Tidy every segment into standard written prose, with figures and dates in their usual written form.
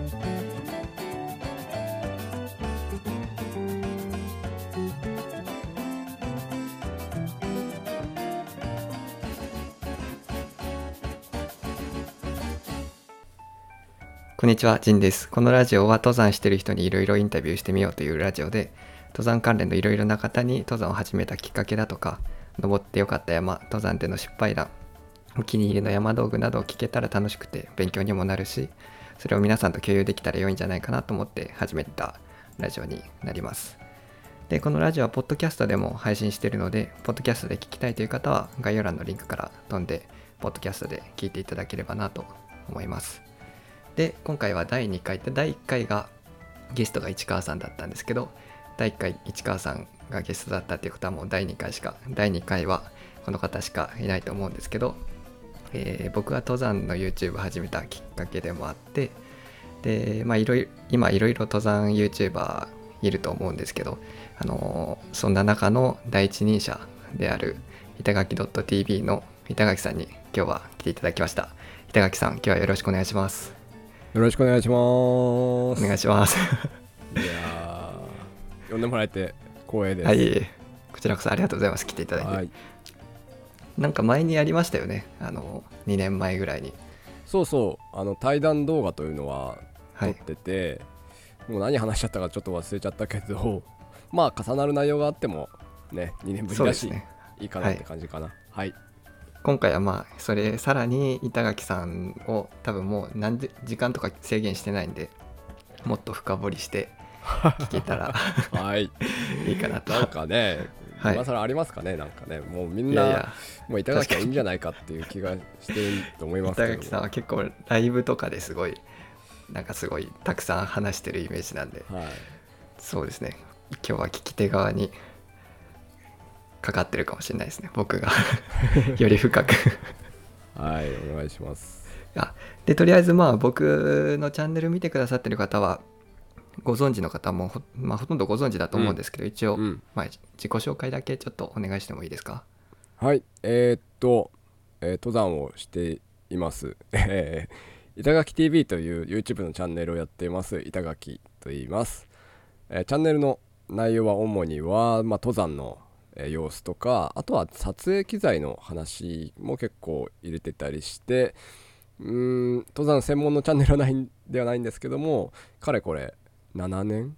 こんにちは、ジンです。このラジオは登山している人にいろいろインタビューしてみようというラジオで、登山関連のいろいろな方に登山を始めたきっかけだとか、登ってよかった山、登山での失敗談、お気に入りの山道具などを聞けたら楽しくて勉強にもなるし、それを皆さんと共有できたら良いんじゃないかなと思って始めたラジオになります。で、このラジオはポッドキャストでも配信しているので、ポッドキャストで聞きたいという方は概要欄のリンクから飛んで、ポッドキャストで聞いていただければなと思います。で、今回は第2回で、第1回がゲストが市川さんだったんですけど、第1回市川さんがゲストだったっていうことはもう第2回はこの方しかいないと思うんですけど、僕が登山の YouTube 始めたきっかけでもあって、で、今いろいろ登山 YouTuber いると思うんですけど、そんな中の第一人者である板垣 .tv の板垣さんに今日は来ていただきました。板垣さん、今日はよろしくお願いします。 よろしくお願いします。 お願いします。 いや呼んでもらえて光栄です。 はい、こちらこそありがとうございます。来ていただいて。はい、なんか前にやりましたよね。2年前ぐらいに。 そうそう、対談動画というのは撮ってて、もう何話しちゃったかちょっと忘れちゃったけど、まあ重なる内容があってもね、2年ぶりだし、ね、いいかなって感じかな。はい。 今回はまあそれさらに板垣さんを多分もう時間とか制限してないんで、もっと深掘りして聞けたらはいいいかなと。 なんかね、今更ありますかね、なんかね、もうみんなもう板垣はいいんじゃないかっていう気がしてると思いますけど。 板垣さんは結構ライブとかですごいたくさん話してるイメージなんで、はい、そうですね、今日は聞き手側にかかってるかもしれないですね、僕がより深くはい、お願いします。 で、とりあえずまあ僕のチャンネル見てくださってる方はご存知の方も ほとんどご存知だと思うんですけど、一応、まあ、自己紹介だけちょっとお願いしてもいいですか。 はい、登山をしています板垣 TV という YouTube のチャンネルをやっています板垣と言います。チャンネルの内容は主には、登山の様子とか、あとは撮影機材の話も結構入れてたりして、登山専門のチャンネルではないんですけども、かれこれ7年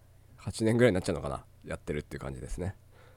8年ぐらいになっちゃうのかな、やってるっていう感じですね。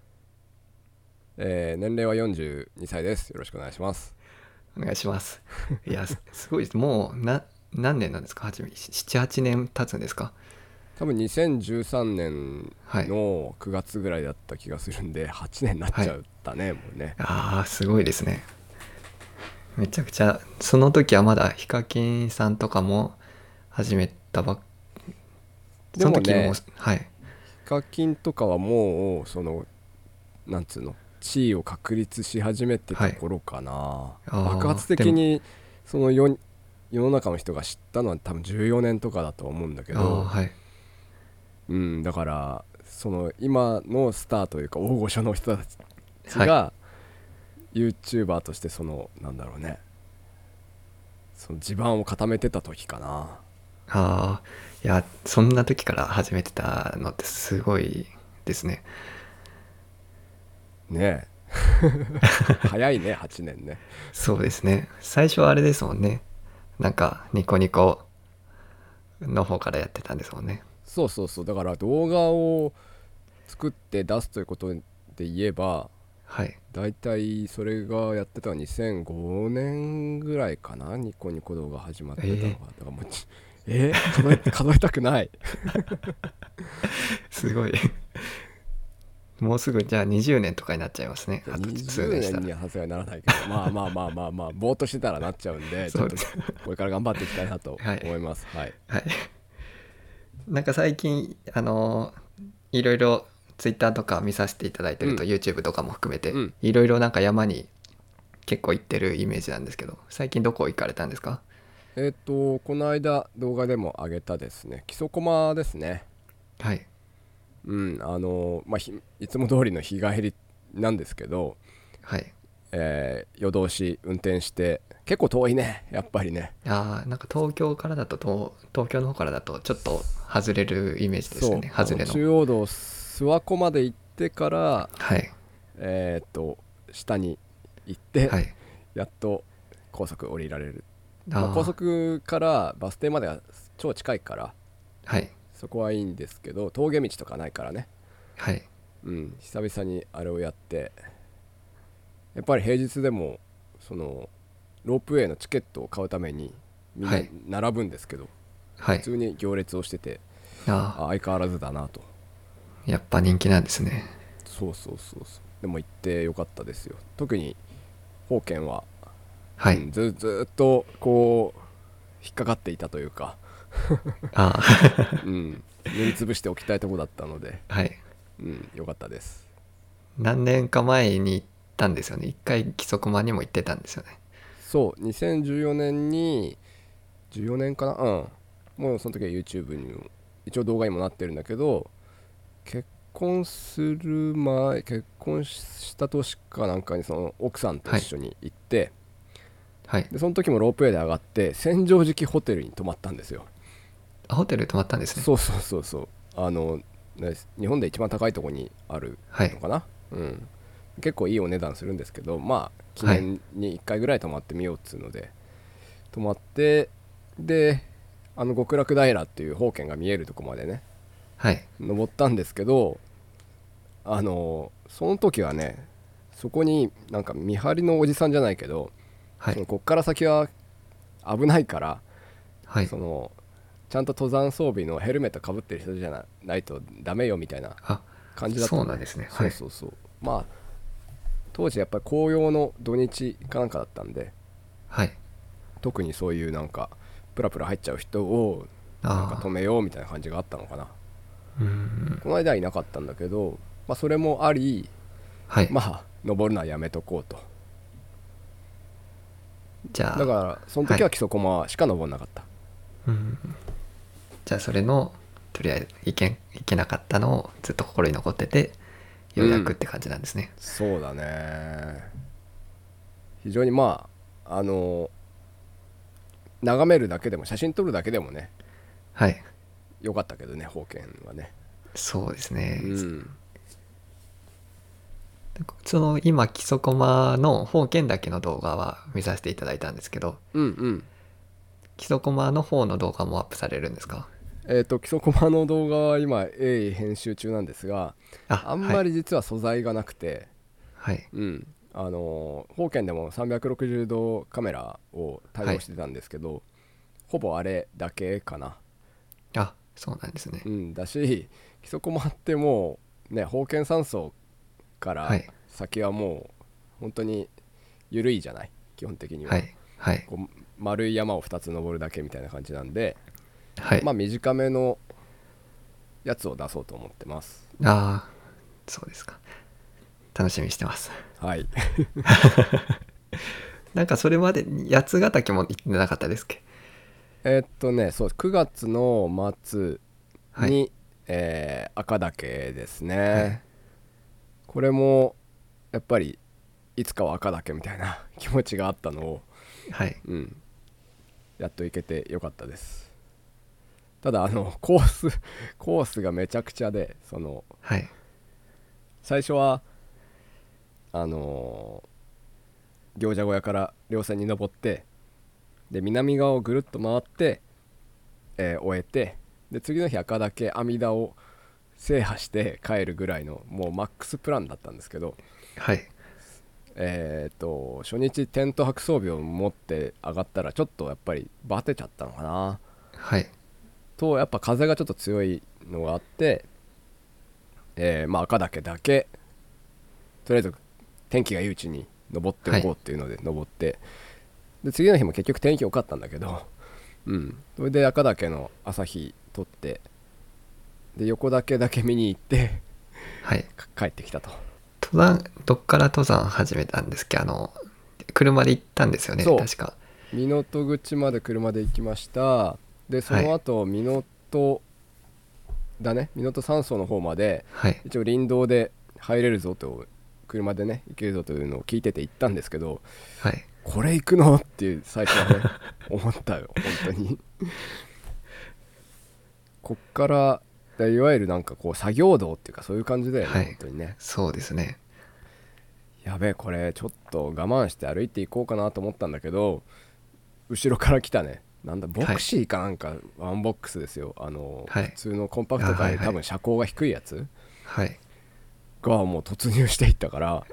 年齢は42歳です。よろしくお願いします。 お願いします。いやすごいです。もう何年なんですか。7、8年経つんですか。 多分2013年の9月ぐらいだった気がするんで、8年になっちゃったね、もうね。 すごいですね。めちゃくちゃ。その時はまだヒカキンさんとかも始めたばっかでもね、ヒカキンとかはもうなんつうの、地位を確立し始めてた頃かな。爆発的に世の中の人が知ったのは多分14年とかだと思うんだけど、だから今のスターというか大御所の人たちが YouTuber としてなんだろうね、地盤を固めてた時かな。 いや、そんな時から始めてたのってすごいですね。 ねえ早いね、8年ね。 そうですね。最初はあれですもんね、なんかニコニコの方からやってたんですもんね。 そうそうそう、だから動画を作って出すということで言えば、だいたいそれがやってたのは2005年ぐらいかな、ニコニコ動画始まってたのが。だからもう数えたくないすごいもうすぐじゃあ20年とかになっちゃいますね。 あと20年にはさすがにならないけど、まあぼーっとしてたらなっちゃうんで、ちょっとこれから頑張っていきたいなと思います。はい、 なんか最近いろいろツイッターとか見させていただいてると、YouTube とかも含めていろいろなんか山に結構行ってるイメージなんですけど、最近どこ行かれたんですか。 この間動画でも上げたですね、木曽駒ですね。いつも通りの日帰りなんですけど、 夜通し運転して結構遠いねやっぱりね。 なんか東京からだと東京の方からだとちょっと外れるイメージですよね。 そう外れの。 中央道諏訪湖まで行ってから、 はい。 下に行って、 はい。 やっと高速降りられる。高あ速からバス停までは超近いからはい。 そこはいいんですけど、峠道とかないからね。 はい。 久々にあれをやって、やっぱり平日でもそのロープウェイのチケットを買うためにみんなはい。 並ぶんですけど、 はい。 普通に行列をしてて、 あ相変わらずだなと。 やっぱ人気なんですね。 そう。でも行ってよかったですよ。特に宝剣は、 はい。 ずっとこう引っかかっていたというかあ塗りつぶしておきたいとこだったので、 はい。 よかったです。 何年か前に行ったんですよね。一回木曽駒にも行ってたんですよね。 そう2014年に、14年かな、もうその時は YouTube にも一応動画にもなってるんだけど、結婚した年かなんかにその奥さんと一緒に行って、 はい。 でその時もロープウェイで上がって千畳敷ホテルに泊まったんですよ。 ホテル泊まったんですね。 そう日本で一番高いところにあるはい。 のかな。結構いいお値段するんですけど、まあ記はい。 念に1回ぐらい泊まってみようっつうので泊まって、で極楽平っていう宝剣が見えるとこまでねはい。 登ったんですけど、その時はね、そこになんか見張りのおじさんじゃないけど、 はい。 こっから先は危ないから、 はい。 そのちゃんと登山装備のヘルメットかぶってる人じゃないとダメよみたいなあ、 感じだったのね。 そうなんですね。はい。 そう。まあ当時やっぱり紅葉の土日かなんかだったんで、 はい。 特にそういうなんかプラプラ入っちゃう人をなんか止あめようみたいな感じがあったのかな。 うーん。 この間はいなかったんだけど、まあそれもあり、 はい。 まあ登るのはやめとこうと。 じゃあ、 だからそのはい。 時は基礎駒しか登んなかった。 うん。じゃあ、それの、とりあえず行けなかったのをずっと心に残ってて、ようやくって感じなんですね。 そうだね。非常にまあ眺めるだけでも写真撮るだけでもねはい。 良かったけどね、宝剣はね。 そうですね。 うん。 その今基礎コマの方剣だけの動画は見させていただいたんですけど、 うん。 基礎コマの方の動画もアップされるんですか？ 基礎駒の動画は今鋭意編集中なんですが、あんはい。 まり実は素材がなくて、 はい。 宝剣でも360度カメラを対はい。 応してたんですけど、ほぼあれだけかな。 そうなんですね。 だし、基礎駒ってもうね、宝剣山荘からはい。 先はもう本当に緩いじゃない、基本的には。 はい。はい。 こう丸い山を2つ登るだけみたいな感じなんで、 はい。 まあ短めのやつを出そうと思ってます。 ああ、そうですか。楽しみにしてます。 はい。 なんかそれまでに八ヶ岳も行ってなかったですっけ？ そう9月の末はい。 に、赤岳ですはい。 ね。これもやっぱりいつかは赤岳みたいな気持ちがあったのを、 はい。 うんやっと行けてよかったです。ただコースがめちゃくちゃで、 はい。 最初はあの行者小屋から稜線に登って、で南側をぐるっと回って、終えて、で次の日赤岳阿弥陀を制覇して帰るぐらいのもうマックスプランだったんですけど、 はい。 初日テント泊装備を持って上がったらちょっとやっぱりバテちゃったのかなはい。 と、やっぱ風がちょっと強いのがあって、まあ赤岳だけとりあえず天気がいいうちに登っておはい。 こうっていうので登って、で次の日も結局天気良かったんだけど、それで赤岳の朝日撮って、で横岳だけ見に行ってはい。 帰ってきたと。 登山、どっから登山始めたんですっけ？車で行ったんですよね、 そ確か。 う、港口まで車で行きました。でそはい。 の後港山荘の方まではい。 一応林道で入れるぞと車でね行けるぞというのを聞いてて行ったんですけど、 はい、 これ行くのっていう最初はね思ったよ本当にこっからいわゆるなんかこう作業道っていうかそういう感じだよね、本当にね。 そうですね。 やべえこれちょっと我慢して歩いていこうかなと思ったんだけど、後ろから来たね、なんだボクシーかなんか、ワンボックスですよ、普通のコンパクトカーで多分車高が低いやつ、 はい、 がもう突入していったから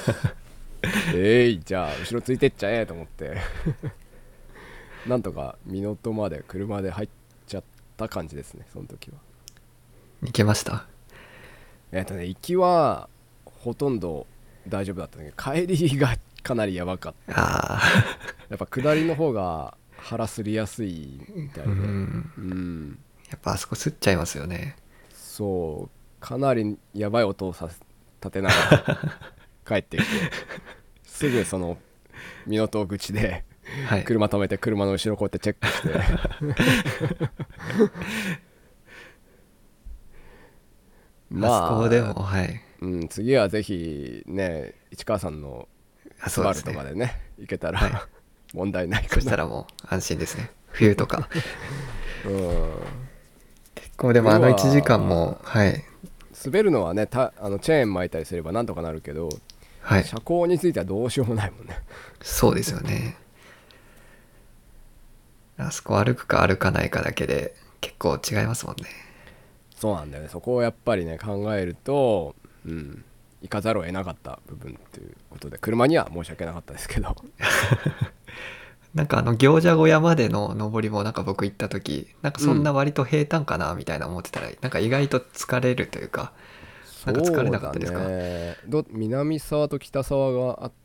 じゃあ後ろついてっちゃえと思ってなんとか港まで車で入っちゃった感じですね、その時は。 行けました？ 行きはほとんど大丈夫だったんだけど、帰りがかなりやばかった。やっぱ下りの方が腹すりやすいみたいで、 やっぱあそこすっちゃいますよね。 そう、かなりやばい音を立てながら帰ってきてすぐその港口で車止めて車の後ろこうやってチェックしてあそこでも次はぜひね市川さんのスバルとかでね行けたら問題ないかな。 そしたらもう安心ですね、冬とか結構でも1時間も滑るのはねチェーン巻いたりすればなんとかなるけど、車高についてはどうしようもないもんね。 そうですよね。あそこ歩くか歩かないかだけで結構違いますもんね。 そうなんだよね、そこをやっぱりね考えると、行かざるを得なかった部分っていうことで、車には申し訳なかったですけどなんか行者小屋までの登りもなんか僕行った時なんかそんな割と平坦かなみたいな思ってたら、なんか意外と疲れるというか、なんか疲れなかったですか？ 南沢と北沢があって、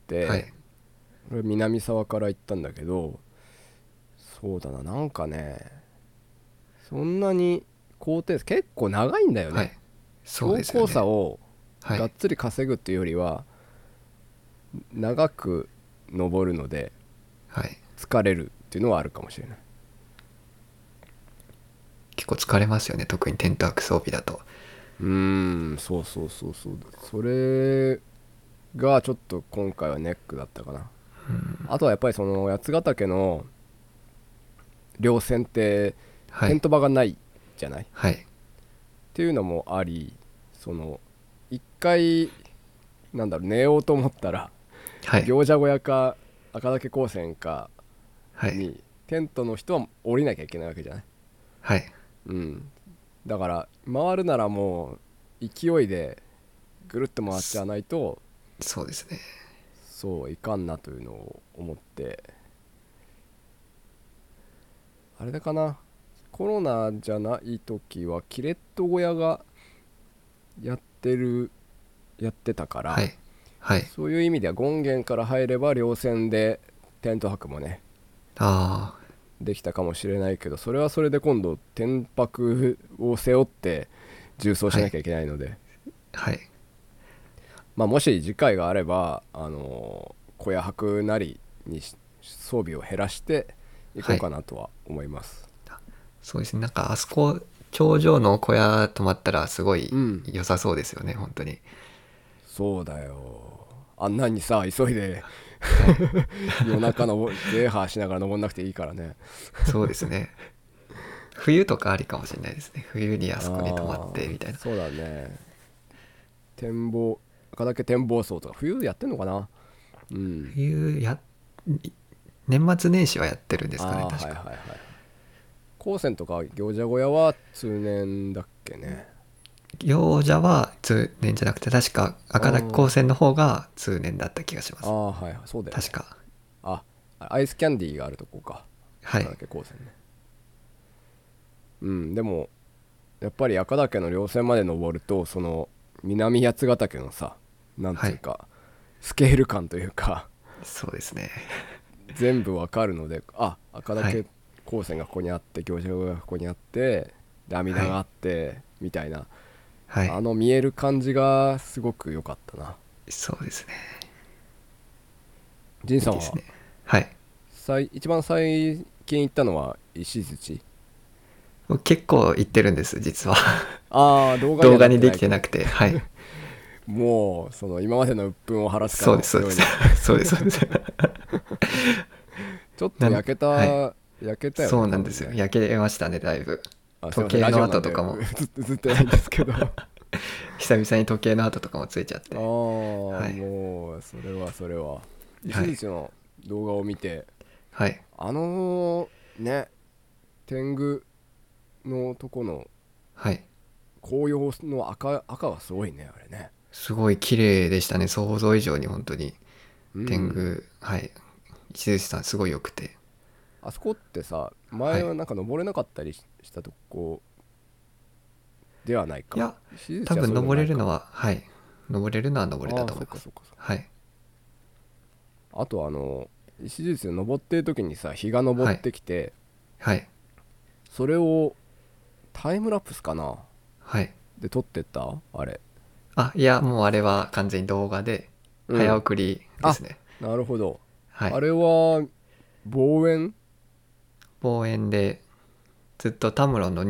俺南沢から行ったんだけど、そうだな、なんかねそんなに高低差結構長いんだよね、標高差をがっつり稼ぐっていうよりは長く登るので疲れるっていうのはあるかもしれない。 結構疲れますよね、特にテント泊装備だと。 そうそれがちょっと今回はネックだったかな。あとはやっぱりその八ヶ岳の稜線ってテント場がないじゃない、っていうのもあり、その一回寝ようと思ったら、行者小屋か赤岳高専かに、テントの人は降りなきゃいけないわけじゃない、だから回るならもう勢いでぐるっと回っちゃわないと、 そうですね、 そういかんなというのを思って、あれだかな、コロナじゃない時はキレット小屋がやってたから、そういう意味では権現から入れば稜線でテント泊もねできたかもしれないけど、それはそれで今度天泊を背負って縦走しなきゃいけないので、もし次回があれば小屋泊なりに装備を減らしていこうかなとは思います。 そうですね、なんかあそこ頂上の小屋泊まったらすごい良さそうですよね、本当に。 そうだよ、あんなにさ急いで夜中のゼーハーしながら登んなくていいからね。 そうですね、冬とかありかもしれないですね、冬にあそこに泊まってみたいな。 そうだね、赤岳展望層とか冬やってんのかな。 冬年末年始はやってるんですかね、確か。 高専とか行者小屋は通年だっけね。 行者は通年じゃなくて確か赤岳高専の方が通年だった気がします。 そうだよね、 確か。 アイスキャンディーがあるとこか、赤岳高専ね。でもやっぱり赤岳の稜線まで登ると、その南八ヶ岳のさ、なんていうか、スケール感というかそうですね全部わかるので、赤岳高専がここにあって、行者小屋がここにあって、で阿弥陀があって、みたいな、見える感じがすごく良かったな。 そうですね。 仁さんは一番最近行ったのは石鎚？ 結構行ってるんです実は。 動画にできてなくてもうその今までの鬱憤を晴らすかそうですのようにそうですそうですちょっと焼けた、 は焼けたよね。 そうなんですよ、焼けましたねだいぶ。 あ、すいま時計のせんラジオなんで跡とかも映ってないんですけどあ久々に時計の跡とかもついちゃって、 あ、 はい、 もうそれは石はい槌の動画を見て、 はい、 ね、天狗のとこのはい、 紅葉の赤がすごいね、あれね。 すごい綺麗でしたね、想像以上に本当に。 うん。 天狗、はい、石槌さんすごい良くて、 あそこってさ、 はい、 前はなんか登れなかったりしたとこではないか。 いや石槌はそういうの多分登ないか。 れるのは、はい、登れるのは登れたああ、 と思います。 そっかそっかそっか。 はい、 あと石槌で登ってる時にさ、日が昇っはい、 てきて、 はい、 それをタイムラプスかなはい。 で撮ってったあれ。 あ、いや、もうあれは完全に動画で、早うん。 送りであ、 すね。 なるほど。 はい。 あれは望遠。 望遠で、ずっとタムロンの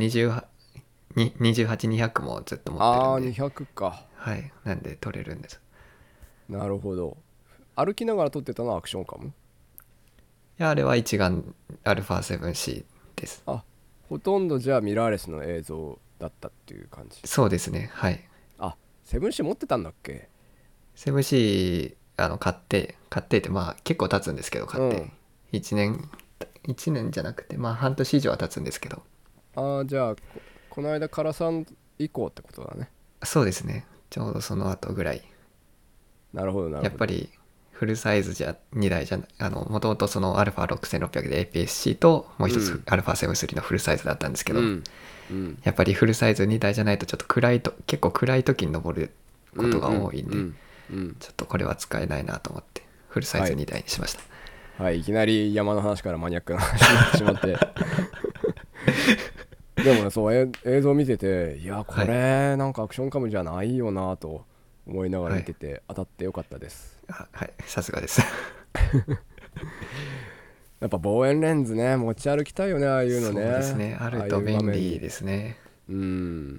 28、200もずっと持ってるああ、 んで、 200か。 はい。なんで撮れるんです。 なるほど。歩きながら撮ってたのはアクションカム。 いや、あれは一眼 α7C です。 あ、ほとんどじゃあミラーレスの映像だったっていう感じ。 そうですね。はい。 あ、セブンシー持ってたんだっけ。 7C、買ってって、まあ結構経つんですけど、買って。 うん。 1年じゃなくて、まあ半年以上は経つんですけど。 ああ、じゃあこの間カラさん以降ってことだね。 そうですね。ちょうどその後ぐらい。 なるほどなるほど。 やっぱりフルサイズじゃ2台じゃもともとその α6600 で APS-C ともう一つうん α7-3 のフルサイズだったんですけど、 うんうんやっぱりフルサイズ2台じゃないとちょっと結構暗い時に登ることがうんうん多いんで、 うんうん。 ちょっとこれは使えないなと思ってフルサイズはい 2台にしました。 はい、いきなり山の話からマニアックな話になってしまってでもね、そう映像見てて、いやこはいれなんかアクションカムじゃないよなと思いながらはい。 見てて、当たってよかったです。 はい、さすがですやっぱ望遠レンズね、持ち歩きたいよね、ああいうのそうですね。 ね、あるとああいう場便利面に。 ですね。 うん。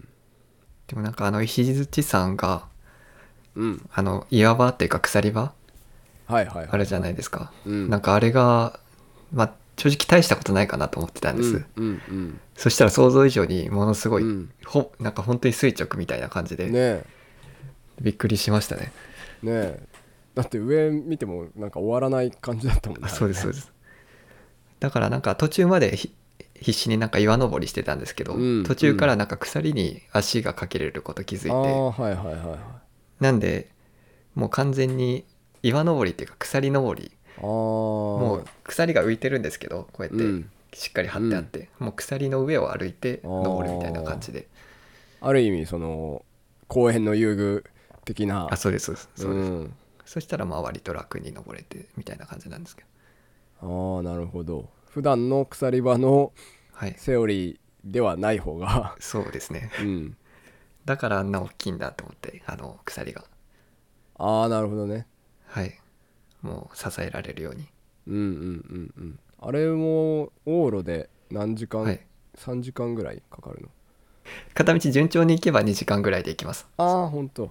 でもなんか石槌さんがうん。 岩場っていうか鎖場はいはいはいあるじゃはい。 ないですか。 うん。 なんかあれが、まあ、正直大したことないかなと思ってたんです。 うんうんうんそしたら想像以上にものすごい、 うん。 なんか本当に垂直みたいな感じで、 ねえびっくりしましたね。 ねえ。だって上見てもなんか終わらない感じだったもんね、 あ、 あれね。 そうですそうです。だからなんか途中まで必死になんか岩登りしてたんですけうど、途んうん。 中からなんか鎖に足がかけれること気づいて、 ああ、はいはいはいはい。 なんでもう完全に岩登りっていうか鎖登り、 ああ、 もう鎖が浮いてるんですけど、こうやってうんしっかり張ってあっうん。 て、もう鎖の上を歩いて登るみたいな感あじで。 あ、ある意味その公園の遊具的な。 あ、そうですそうですうそうです。 ん。 そしたらまあ割と楽に登れてみたいな感じなんですけど。 ああ、なるほど。普段の鎖場のはい、 セオリーではない方がそうですね。 うん。 だからあんな大きいんだと思って、鎖が。 ああ、なるほどね。 はい、もう支えられるように。 うんうんうんうん。あれも往路で何時間、 はい。 3時間ぐらいかかるの？ 片道順調に行けば2時間ぐらいで行きます。 ああ、ほんと。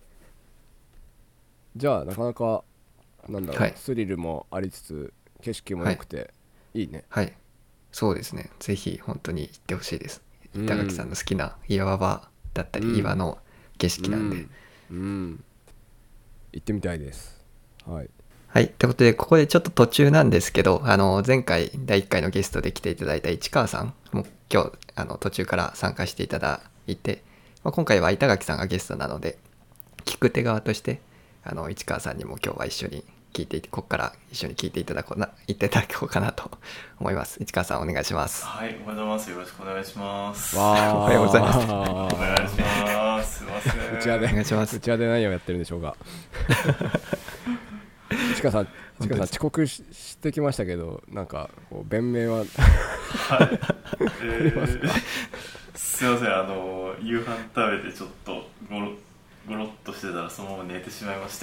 じゃあなかなかなんだろう、 はい。 スリルもありつつ景色もはい。 良くていいね。 はい。そうですね。ぜひ本当に行ってほしいです。 う板垣さんんの好きな岩場だったり岩うんの景う色なんで。 んうん。行ってみたいです。はい。 はい。ということで、ここでちょっと途中なんですけど、前回第1回のゲストで来ていただいた市川さんも今日、途中から参加していただいて、まあ、今回は板垣さんがゲストなので、聞く手側として、市川さんにも今日は一緒に聞いて、ここから一緒に聞いていただこうかなと思います。市川さんお願いします。 はい、おはようございます。よろしくお願いします。 おはようございます。 お願いします。すいません。 打ち上げお願いします。 打ち上げ何をやってるんでしょうか。ちかさん、 本当です。 遅刻してきましたけど、なんかこう弁明ははい。すいません。夕飯食べてちょっとゴロっとしてたらそのまま寝てしまいまして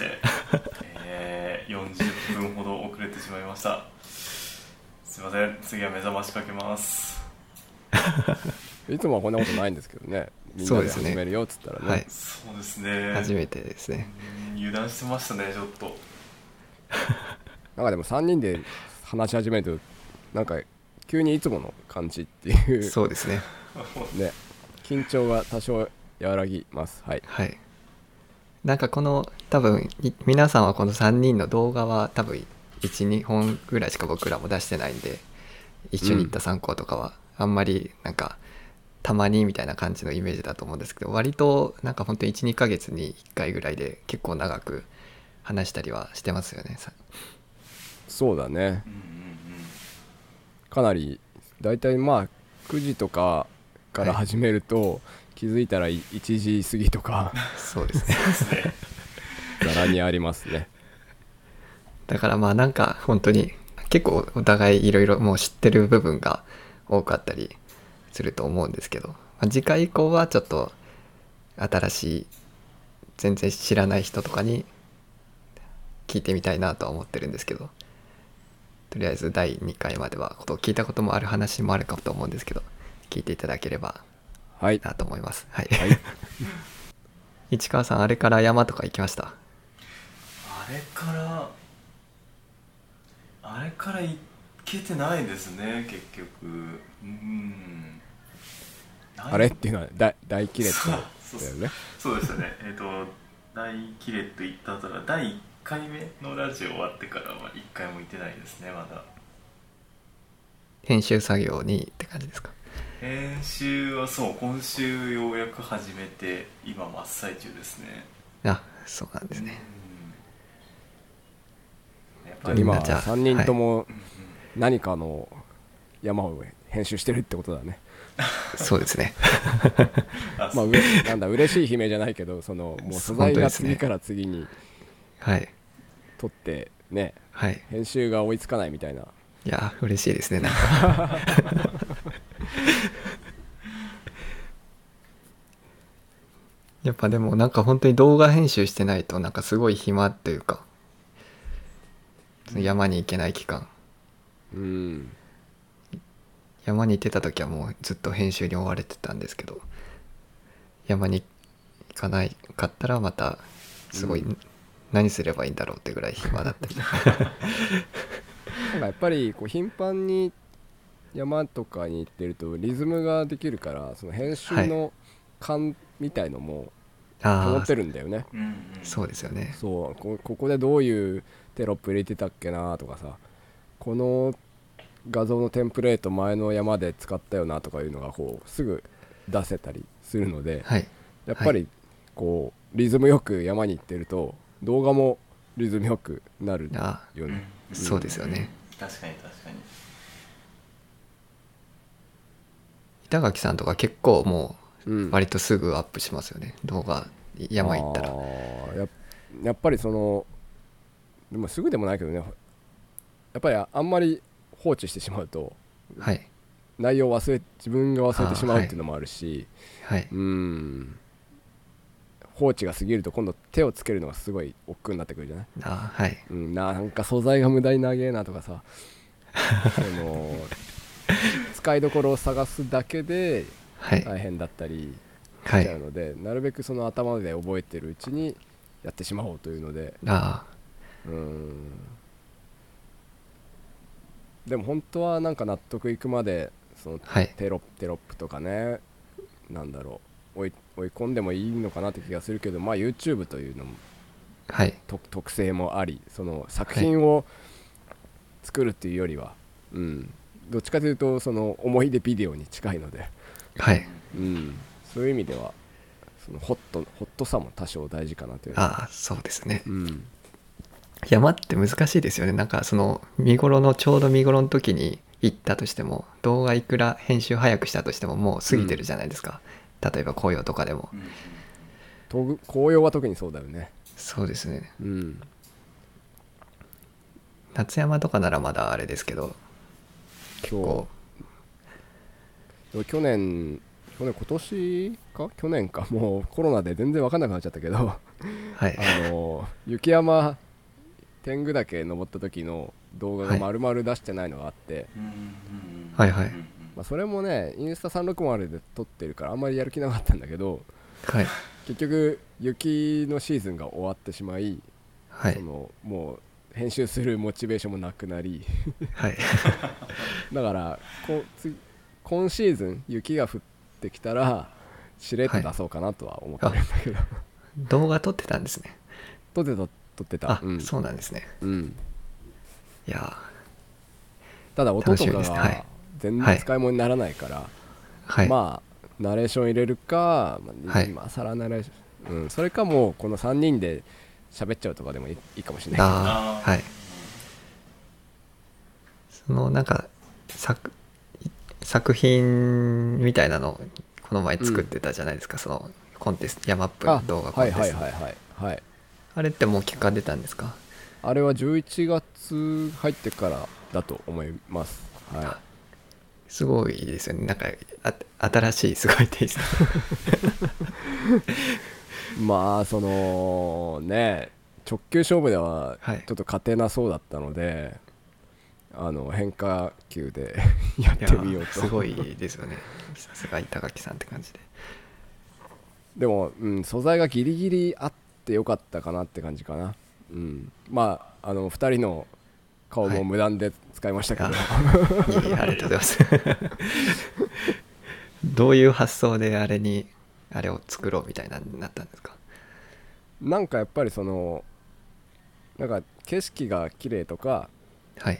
、40分ほど遅れてしまいました。すいません。次は目覚ましかけます。 いつもはこんなことないんですけどね。みんなで始めるよっつったらね。 はい、 そうですね。 初めてですね。 油断してましたね、ちょっと。 なんかでも3人で話し始めるとなんか急にいつもの感じっていうそうですね。 ね、緊張が多少和らぎます。はい。 はい。なんかこの多分皆さんはこの3人の動画は多分1、2本ぐらいしか僕らも出してないんで、一緒に行った参考とかはあんまりなんかたまにみたいな感じのイメージだと思うんですけど、割となんか本当に1、2ヶ月に1回ぐらいで結構長く話したりはしてますよね。 そうだね。 うんうんかなりだいたいまあ9時とかから始めると、気づいたら1時過ぎとかそうですね。 そうですね。 ざらにありますね。 だからまあなんか本当に結構お互いいろいろもう知ってる部分が多かったりすると思うんですけど、まあ次回以降はちょっと新しい全然知らない人とかに聞いてみたいなとは思ってるんですけど、とりあえず第2回までは聞いたこともある話もあるかと思うんですけど、聞いていただければはい。 なと思います。はい。 はい。 市川さん、あれから山とか行きました？ あれから行けてないですね、結局。 あれっていうのは大キレットだよね。 そうでしたね。大キレット行った後が第1回目のラジオ終わってからは1回も行ってないですね、まだ。 編集作業にって感じですか？ 編集はそう、今週ようやく始めて今真っ最中ですね。 あ、そうなんですね。 やっぱり今じゃあ 3人とも何かの山を編集してるってことだね。 そうですね。 まあなんだ嬉しい悲鳴じゃないけど、そのもう素材が次から次にはい撮ってね、 はい。 編集が追いつかないみたいな。 いや嬉しいですね、なんか。やっぱでもなんか本当に動画編集してないとなんかすごい暇っていうか、山に行けない期間、山に行ってた時はもうずっと編集に追われてたんですけど、山に行かないかったらまたすごい何すればいいんだろうってぐらい暇だったり。 なんかやっぱりこう頻繁に山とかに行ってるとリズムができるから、その編集の感みたいのも保ってるんだよね。 そうですよね。 そうここでどういうテロップ入れてたっけなとかさ、この画像のテンプレート前の山で使ったよなとかいうのがこうすぐ出せたりするので、 はい、 やっぱりこうリズムよく山に行ってると動画もリズムよくなるよね。 そうですよね。 確かに確かに。 板垣さんとか結構もう割とすぐアップしますよね、動画。山行ったらやっぱりそのでもすぐでもないけどね、やっぱりあんまり放置してしまうと、 はい、 内容を自分が忘れてしまうっていうのもあるし、 はい、 放置が過ぎると今度手をつけるのがすごい億劫になってくるじゃない。 はい、 なんか素材が無駄に長えなとかさその使いどころを探すだけで大変だったりしちゃうので、なるべくその頭で覚えてるうちにやってしまおうというので、でも本当はなんか納得いくまでそのテロップとかね、なんだろう、追い込んでもいいのかなって気がするけど、まあ YouTube というのも、特性もあり、その作品を作るっていうよりは、どっちかというとその思い出ビデオに近いので、そういう意味ではそのホットさも多少大事かなという。 そうですね。山って難しいですよね。なんかそのちょうど見頃の時に行ったとしても、動画いくら編集早くしたとしてももう過ぎてるじゃないですか、例えば紅葉とかでも、 紅葉は特にそうだよね。 そうですね、夏山とかならまだあれですけど、 去年今年か去年か、もうコロナで全然分かんなくなっちゃったけど雪山天狗岳登った時の動画が丸々出してないのがあって、 まあ、それもねインスタ360で撮ってるからあんまりやる気なかったんだけど、 はい結局雪のシーズンが終わってしまい、 はいもう編集するモチベーションもなくなりはいだから今シーズン雪が降ってきたらしれっと出そうかなとは思ってるんだけど、 動画撮ってたんですね。 撮ってた、 あ、そうなんですね。いやただ音とか楽しみですね。はがい全然使い物にならないから、 はいまあナレーション入れるか、今更ナレーション、それかもうこの3人で喋っちゃうとかでもいいかもしれないけど、 はい。そのなんか作品みたいなのをこの前作ってたじゃないですか、そのコンテスト、ヤマップ動画コンテスト。 はいあれってもう結果出たんですか？ あれは11月入ってからだと思います。はい。 すごいですよね。なんか新しいすごいテイストまあそのね直球勝負でははいちょっと勝てなそうだったので、変化球でやってみようと。 すごいですよね。さすが板垣さんって感じで。 でも、素材がギリギリあってよかったかなって感じかな。まあ2人の顔も無断で使いましたけど、 いいありがとうございますどういう発想であれを作ろうみたいになったんですか？ なんかやっぱりなんか景色が綺麗とか、 はい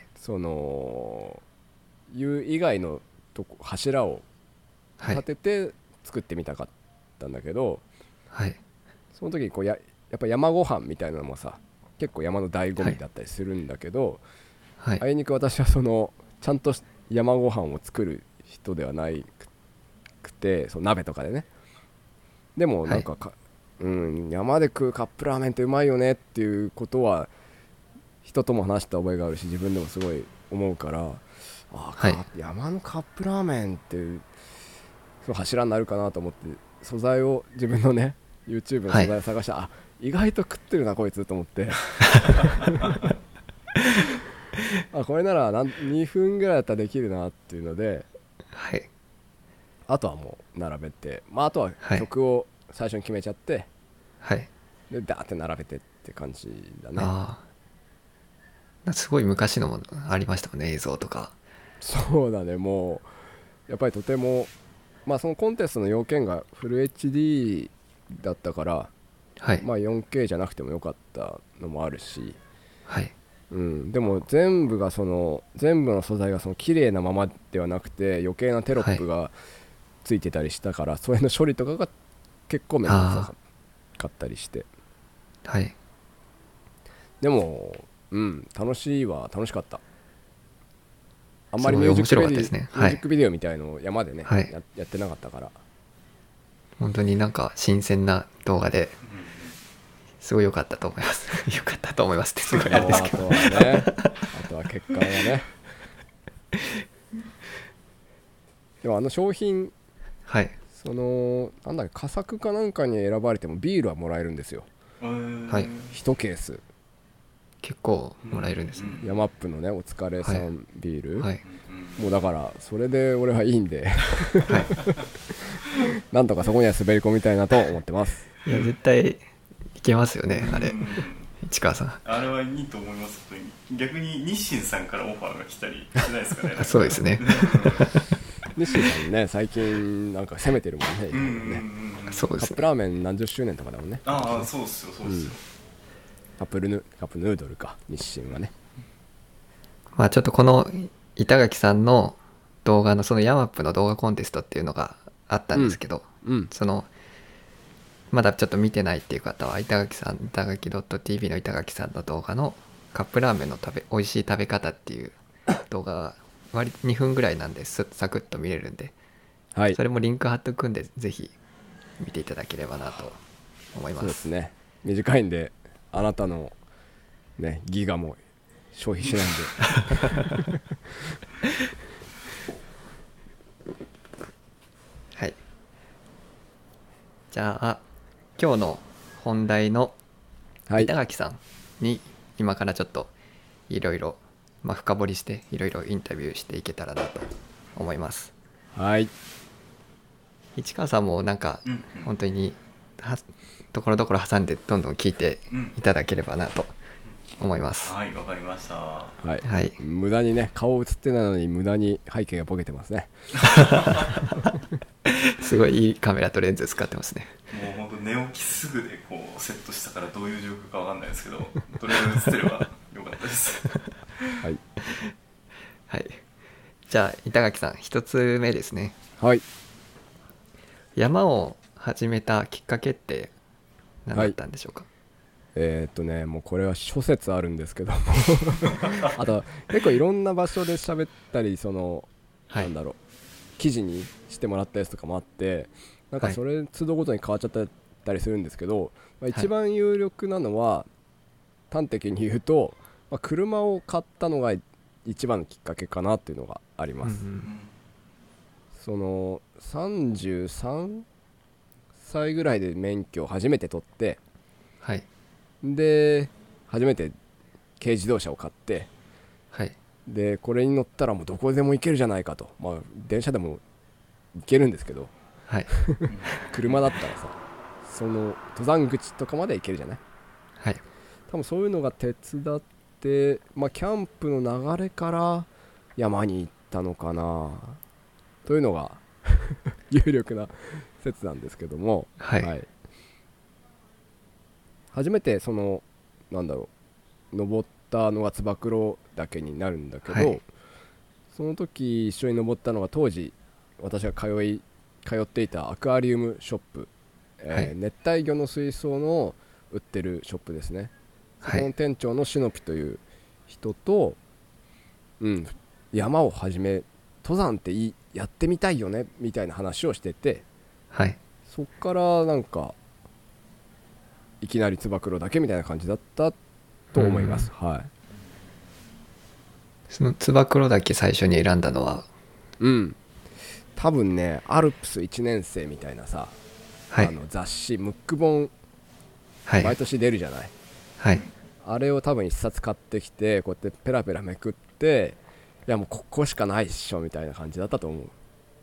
いう以外の柱をはい立てて作ってみたかったんだけど、 はいその時にやっぱ山ご飯みたいなのもさ結構山の醍醐味だったりするんだけど、 はいあいにく私はちゃんと山ご飯を作る人ではないくて、鍋とかでね。でもなんか、山で食うカップラーメンってうまいよねっていうことは人とも話した覚えがあるし、自分でもすごい思うから、山のカップラーメンっていう柱になるかなと思って素材を自分のね YouTube の素材を探した、意外と食ってるなこいつと思ってこれなら2分ぐらいだったらできるなっていうので、あとはもう並べて、あとは曲を最初に決めちゃって、でダーって並べてって感じだね。 すごい昔のものありましたもんね、映像とか。 そうだね、もうやっぱりとてもそのコンテストの要件がフル HD だったから、4K じゃなくてもよかったのもあるし、でも全部の素材が綺麗なままではなくて余計なテロップがついてたりしたから、それの処理とかが結構面倒くさかったりして、でも楽しかった。あんまりミュージックビデオみたいのを山でね、やってなかったから、 本当になんか新鮮な動画ですごい良かったと思います良かったと思いますってすごいあれですけどあとは結果はねでも商品なんだっけ、佳作かなんかに選ばれてもビールはもらえるんですよ。1ケース結構もらえるんですね。 ヤマップのねお疲れさんビール、もうだからそれで俺はいいんでなんとかそこには滑り込みたいなと思ってます。 いや絶対いけますよね、あれ市川さん。 あれはいいと思います。逆に日清さんからオファーが来たりしないですかねそうですね日清さんね最近なんか攻めてるもんね。 そうですね、 カップラーメン何十周年とかだもんね。 そうっすよ。 カップヌードルか、日清はね。 ちょっとこの板垣さんの動画のそのヤマップの動画コンテストっていうのがあったんですけど、まだちょっと見てないっていう方は板垣 .tv の板垣さんの動画のカップラーメンの美味しい食べ方っていう動画が割と2分ぐらいなんでサクッと見れるんで、それもリンク貼っとくんでぜひ見ていただければなと思います。 そうですね、短いんであなたのねギガも消費しないんでじゃあ今日の本題の板垣さんに今からちょっといろいろ深掘りしていろいろインタビューしていけたらなと思います。 はい。 市川さんもなんか本当にところどころ挟んでどんどん聞いていただければなと思います。 はい、わかりました。ははい。無駄にね、顔映ってないのに無駄に背景がボケてますね。 すごいいいカメラとレンズ使ってますね。 もう本当寝起きすぐでこうセットしたからどういう状況かわかんないですけど、とりあえず映ってればよかったです。 はい。 はい。じゃあ板垣さん一つ目ですね。 はい。 山を始めたきっかけって何だったんでしょうか。 もうこれは諸説あるんですけどあと結構いろんな場所で喋ったりなんだろう記事にしてもらったやつとかもあって、なんかそれ都度ごとに変わっちゃったりするんですけど、一番有力なのは端的に言うと、車を買ったのが一番のきっかけかなっていうのがあります。その33歳ぐらいで免許を初めて取って、で初めて軽自動車を買って、でこれに乗ったらもうどこでも行けるじゃないかと、電車でも行けるんですけど、車だったらさ、その登山口とかまで行けるじゃない。多分そういうのが手伝って、キャンプの流れから山に行ったのかなというのが有力な説なんですけども、初めて登ったのが燕岳になるんだけど、その時一緒に登ったのが当時私が通っていたアクアリウムショップ、熱帯魚の水槽の売ってるショップですね。そこの店長のシノピという人と、山を登山ってやってみたいよねみたいな話をしてて、そっからなんかいきなり燕岳みたいな感じだったと思います。 その燕岳最初に選んだのは、 多分ねアルプス1年生みたいなさ、雑誌ムック本、毎年出るじゃない。あれを多分1冊買ってきてこうやってペラペラめくって、いやもうここしかないっしょみたいな感じだったと思う。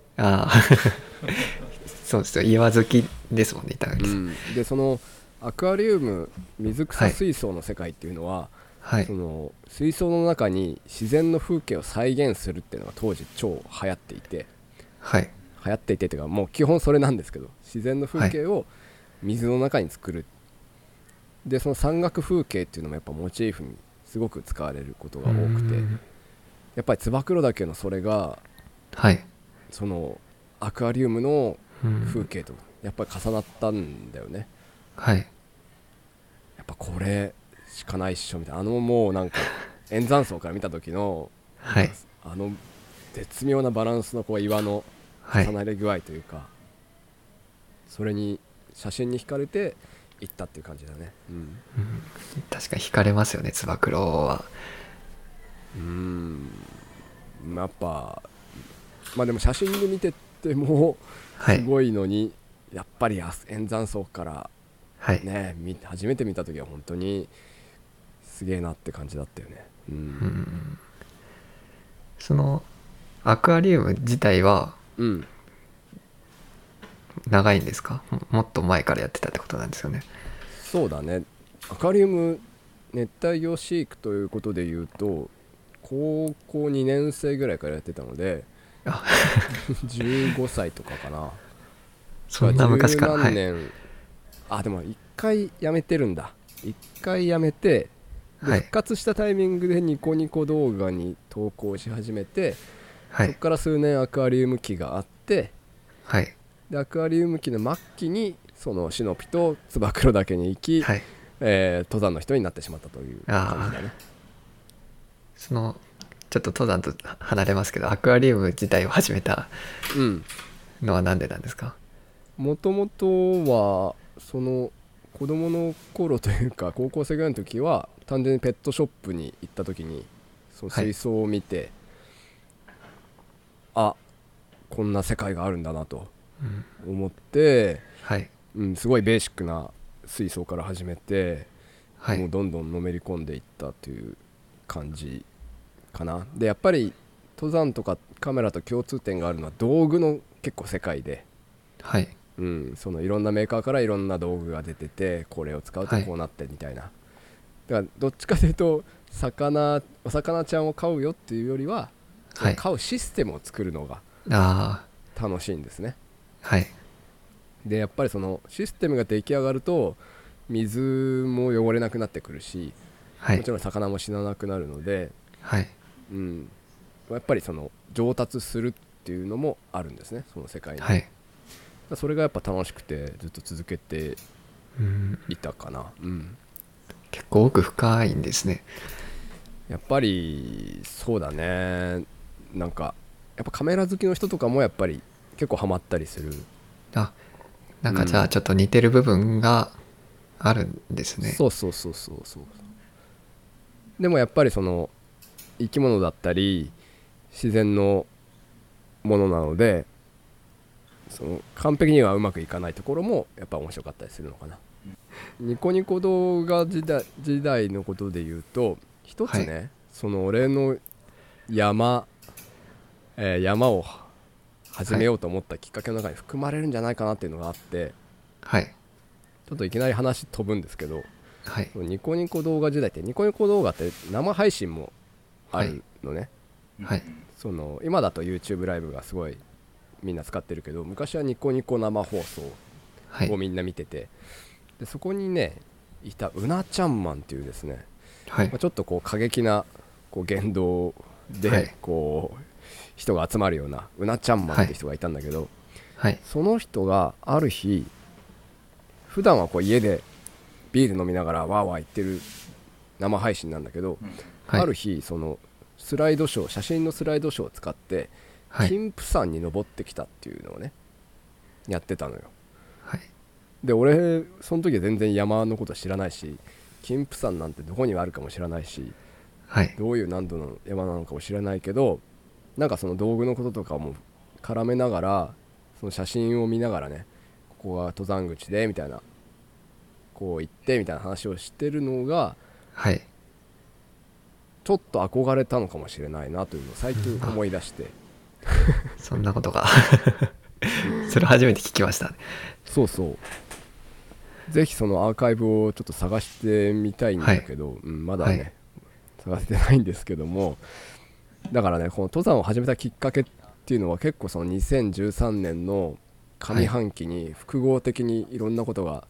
そうですよ、岩好きですもんね板垣さん。 でそのアクアリウム水草水槽の世界っていうのは、その水槽の中に自然の風景を再現するっていうのが当時超流行っていて、っていうかもう基本それなんですけど、自然の風景を水の中に作る。でその山岳風景っていうのもやっぱモチーフにすごく使われることが多くて、やっぱり燕岳のそれが、そのアクアリウムの風景とやっぱり重なったんだよね。やっぱこれしかないっしょみたいな、もうなんか円山荘から見た時の、絶妙なバランスの岩の重なり具合というか、それに写真に惹かれて行ったっていう感じだね。 確かに惹かれますよね燕は。 やっぱでも写真で見ててもすごいのに、やっぱり円山荘からね、初めて見た時は本当にすげえなって感じだったよね。 そのアクアリウム自体は長いんですか？もっと前からやってたってことなんですよね。 そうだね。アクアリウム熱帯魚飼育ということでいうと高校2年生ぐらいからやってたので15歳とかかな。 そんな昔から。 10何年、でも1回やめてるんだ。1回やめて復活したタイミングでニコニコ動画に投稿し始めて、そこから数年アクアリウム期があって、でアクアリウム期の末期にそのシノピと燕岳に行き、登山の人になってしまったという感じだね。 そのちょっと登山と離れますけど、アクアリウム自体を始めたのは何でなんですか？ もともとはその子供の頃というか高校生ぐらいの時は単純にペットショップに行った時にその水槽を見て、こんな世界があるんだなと思って、すごいベーシックな水槽から始めて、もうどんどんのめり込んでいったという感じかな。でやっぱり登山とかカメラと共通点があるのは道具の結構世界で、 はい、 そのいろんなメーカーからいろんな道具が出てて、これを使うとこうなってみたいな、だからどっちかというとお魚ちゃんを飼うよっていうよりは、 はい、 飼うシステムを作るのが楽しいんですね。 はい、 でやっぱりそのシステムが出来上がると水も汚れなくなってくるし、 はい、 もちろん魚も死ななくなるので、 はい、 やっぱりその上達するっていうのもあるんですね、その世界に。 はい、 それがやっぱ楽しくてずっと続けていたかな。 結構奥深いんですね。 やっぱりそうだね。なんかやっぱカメラ好きの人とかもやっぱり結構ハマったりする。 なんかじゃあちょっと似てる部分があるんですね。 そう。でもやっぱりその生き物だったり自然のものなので、その完璧にはうまくいかないところもやっぱ面白かったりするのかな。ニコニコ動画時代のことで言うと一つね、はい、その俺の山を始めようと思ったきっかけの中に含まれるんじゃないかなっていうのがあって、 はい、 ちょっといきなり話飛ぶんですけど、 はい、 ニコニコ動画時代ってニコニコ動画って生配信もあるのね、 はい、 その今だと YouTube ライブがすごいみんな使ってるけど、昔はニコニコ生放送をみんな見てて、でそこにねいたうなちゃんマンっていうですね、 はいちょっとこう過激なこう言動でこう人が集まるようなうなちゃんマンって人がいたんだけど、 はい、 その人がある日、普段はこう家でビール飲みながらワーワー言ってる生配信なんだけど、ある日そのスライドショー、写真のスライドショーを使って金峰山に登ってきたっていうのをねやってたのよ。で俺その時は全然山のことは知らないし、金峰山なんてどこにあるかも知らないし、どういう難度の山なのかも知らないけど、なんかその道具のこととかも絡めながら、その写真を見ながらね、ここが登山口でみたいな、こう行ってみたいな話をしてるのが、ちょっと憧れたのかもしれないなというのを最近思い出して、 そんなことがそれ初めて聞きましたね。 そうぜひそのアーカイブをちょっと探してみたいんだけど、まだね、探せてないんですけども、だからねこの登山を始めたきっかけっていうのは結構その2013年の上半期に複合的にいろんなことが、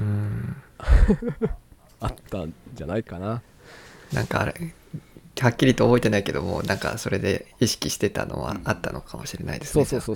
あったんじゃないかな。 なんかあれはっきりと覚えてないけども、なんかそれで意識してたのはあったのかもしれないですね。 そう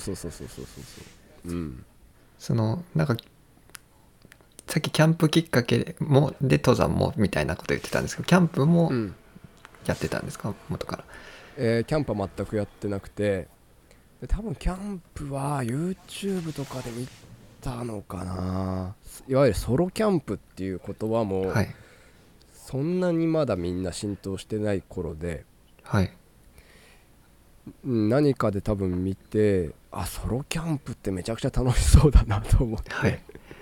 そのなんかさっきキャンプきっかけもで登山もみたいなこと言ってたんですけど、キャンプもやってたんですか、元から。 キャンプは全くやってなくて、で多分キャンプは YouTube とかで見たのかな。いわゆるソロキャンプっていう言葉も、そんなにまだみんな浸透してない頃で、何かで多分見て、ソロキャンプってめちゃくちゃ楽しそうだなと思って、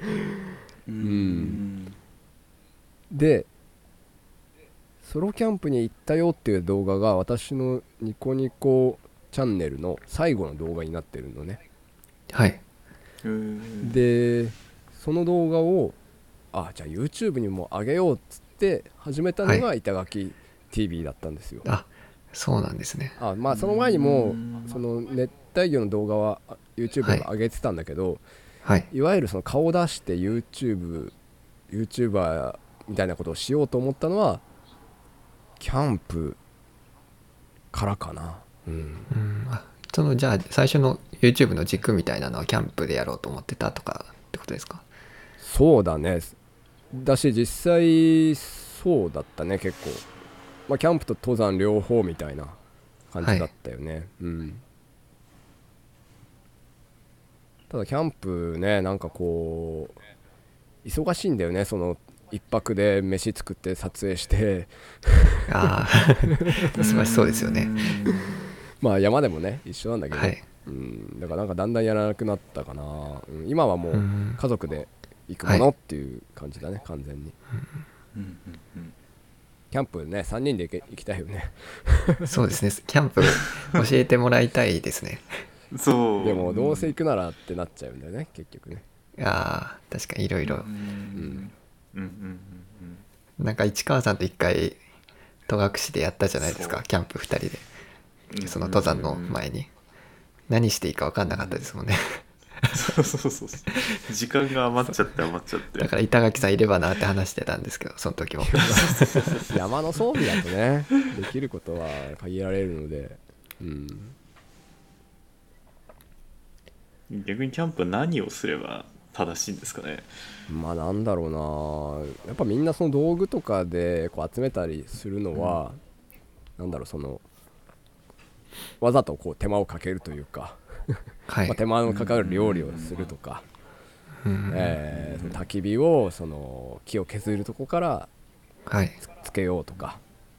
でソロキャンプに行ったよっていう動画が私のニコニコチャンネルの最後の動画になってるのね。でその動画をじゃあ YouTube にも上げようっつって始めたのが板垣 TV だったんですよ。 そうなんですね。 まあその前にもその熱帯魚の動画は YouTube に上げてたんだけど、いわゆるその顔出して YouTuber みたいなことをしようと思ったのはキャンプからかな。 そのじゃあ最初の YouTube の軸みたいなのはキャンプでやろうと思ってたとかってことですか？ そうだね。だし実際そうだったね結構。キャンプと登山両方みたいな感じだったよね。ただキャンプね、なんかこう忙しいんだよね。その一泊で飯作って撮影して忙しそうですよね。 山でもね一緒なんだけど、だからなんかだんだんやらなくなったかな。今はもう家族で行くものっていう感じだね、完全に。 キャンプね3人で行きたいよね。 そうですね、キャンプ教えてもらいたいですね。 そうでもどうせ行くならってなっちゃうんだよね結局ね。 ああ、確かにいろいろ。なんか市川さんと一回戸隠でやったじゃないですか、キャンプ2人で。その登山の前に何していいか分かんなかったですもんね。 そう時間が余っちゃってだから板垣さんいればなって話してたんですけど、その時も山の装備だとねできることは限られるので、 逆にキャンプは何をすれば正しいんですかね。 まあなんだろうな、やっぱみんなその道具とかでこう集めたりするのは、なんだろう、そのわざとこう手間をかけるというかはいまあ手間のかかる料理をするとか、その焚き火をその木を削るとこからつけようとか、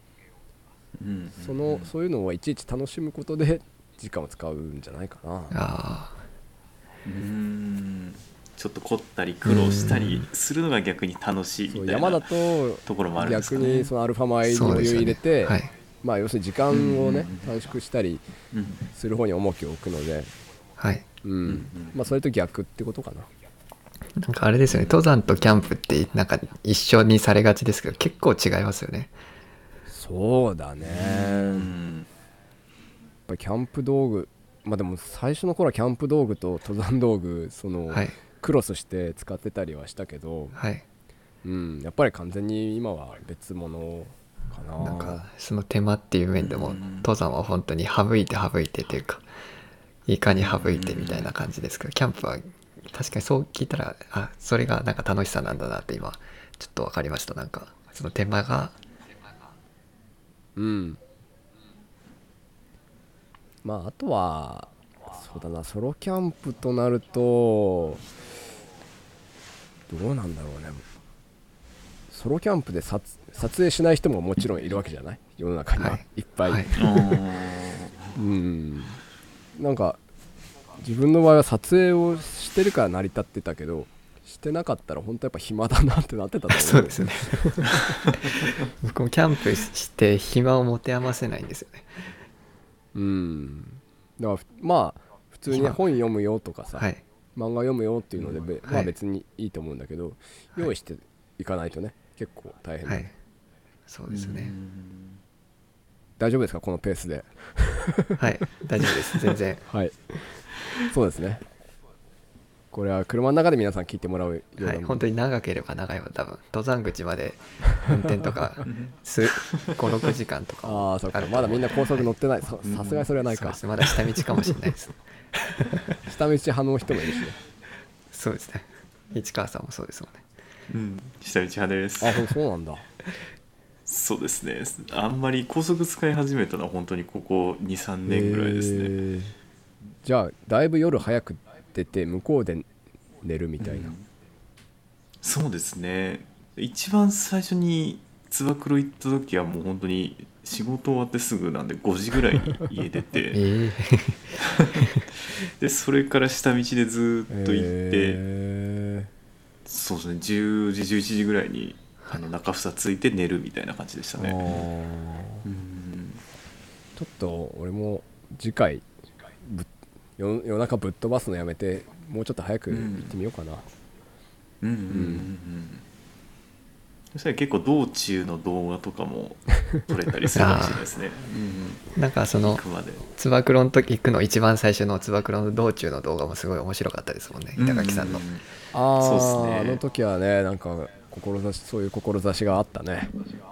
そういうのをいちいち楽しむことで時間を使うんじゃないかな。 ちょっと凝ったり苦労したりするのが逆に楽しいみたいな山だとところもあるんですかね。 逆にそのアルファ米にお湯入れて、まあ要するに時間をね短縮したりする方に重きを置くので、まあそれと逆ってことかな。 なんかあれですよね、登山とキャンプってなんか一緒にされがちですけど結構違いますよね。 そうだね、やっぱりキャンプ道具、まあでも最初の頃はキャンプ道具と登山道具その、クロスして使ってたりはしたけど、やっぱり完全に今は別物かな。 なんかその手間っていう面でも登山は本当に省いてというか、いかに省いてみたいな感じですけど、キャンプは確かにそう聞いたら、それがなんか楽しさなんだなって今ちょっと分かりました。なんかその手間がまああとはそうだな、ソロキャンプとなるとどうなんだろうね。ソロキャンプで撮影しない人ももちろんいるわけじゃない、世の中にはいっぱい、なんか自分の場合は撮影をしてるから成り立ってたけど、してなかったら本当やっぱ暇だなってなってたと思う。 そうですね僕もキャンプして暇を持て余せないんですよね。 だからまあ普通に本読むよとかさ、漫画読むよっていうので、まあ別にいいと思うんだけど、用意していかないとね結構大変だ、 そうですね。 大丈夫ですかこのペースで大丈夫です全然そうですね。これは車の中で皆さん聞いてもらうような、 本当に長ければ長いほど多分登山口まで運転とか5,6 時間とかそうか、まだみんな高速乗ってない。さすがにそれはないか。 まだ下道かもしれないです下道派の人もいるしね。 そうですね、市川さんもそうですもんね。 下道派です。 そうなんだそうですね、あんまり高速使い始めたのは本当にここ 2,3 年ぐらいですね。 じゃあだいぶ夜早く出て向こうで寝るみたいな、 そうですね。一番最初につば九郎行った時はもう本当に仕事終わってすぐなんで5時ぐらいに家出て、でそれから下道でずっと行って、そうですね、10時11時ぐらいに中房ついて寝るみたいな感じでしたね。 ちょっと俺も次回夜中ぶっ飛ばすのやめてもうちょっと早く行ってみようかな。 そしたら結構道中の動画とかも撮れたりするかもしれないですねなんかそのつば九郎の時行くの一番最初のつば九郎の道中の動画もすごい面白かったですもんね、板垣さんの。 そうですね、 あの時はね、なんかそういう志があったね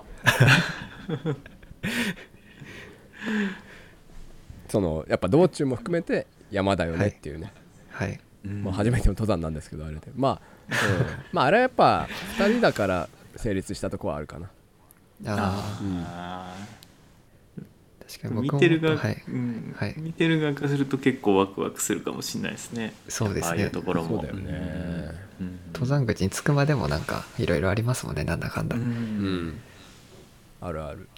そのやっぱ道中も含めて山だよねっていうね、まあ、初めての登山なんですけど、あれでまああれはやっぱ2人だから成立したとこはあるかな。 確かに僕も見てる側からすると結構ワクワクするかもしれないですね。 そうですね、 ああいうところもそうだよね、 登山口に着くまでもなんかいろいろありますもんね、なんだかんだ。 あるある。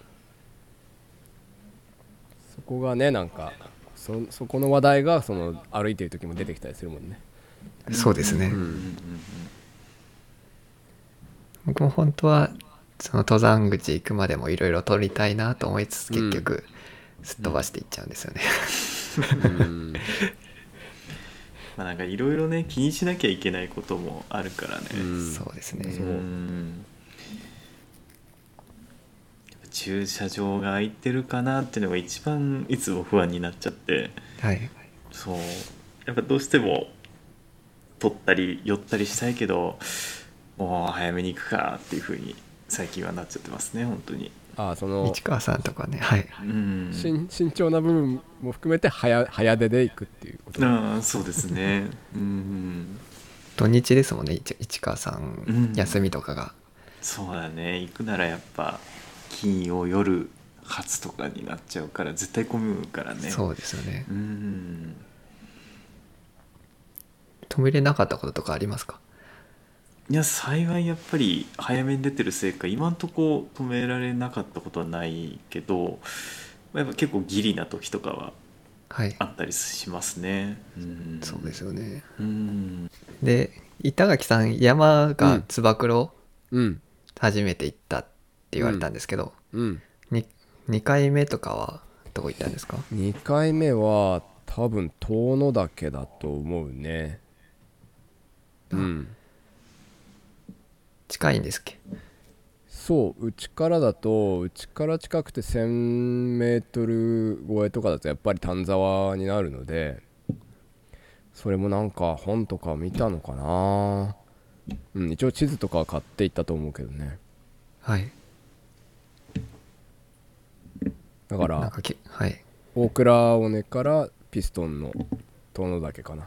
そこがね、なんかそこの話題がその歩いてる時も出てきたりするもんね。 そうですね、僕も本当はその登山口行くまでもいろいろ撮りたいなと思いつつ結局すっ飛ばしていっちゃうんですよね、 まあなんかいろいろね気にしなきゃいけないこともあるからね、 そうですね。 駐車場が空いてるかなっていうのが一番いつも不安になっちゃって、 はい、 そうやっぱどうしても取ったり寄ったりしたいけどもう早めに行くかっていう風に最近はなっちゃってますね本当に。 その市川さんとかね、はい、 慎重な部分も含めて早出で行くっていうこと。 そうですね。 土日ですもんね、市川さん、休みとかが。 そうだね、行くならやっぱ金曜夜発とかになっちゃうから絶対混むからね。 そうですよね。止めれなかったこととかありますか？ いや幸いやっぱり早めに出てるせいか今んとこ止められなかったことはないけど、やっぱ結構ギリな時とかはあったりしますね。 そうですよね。で板垣さん山がつば九郎、初めて行ったって言われたんですけど、2回目とかはどこ行ったんですか ？2回目は多分遠野岳だと思うね。 近いんですっけ？ そう、うちから近くて1000メートル超えとかだとやっぱり丹沢になるので、それもなんか本とか見たのかな。一応地図とかは買っていったと思うけどね。 はい。 だから大倉尾根からピストンの遠野岳かな。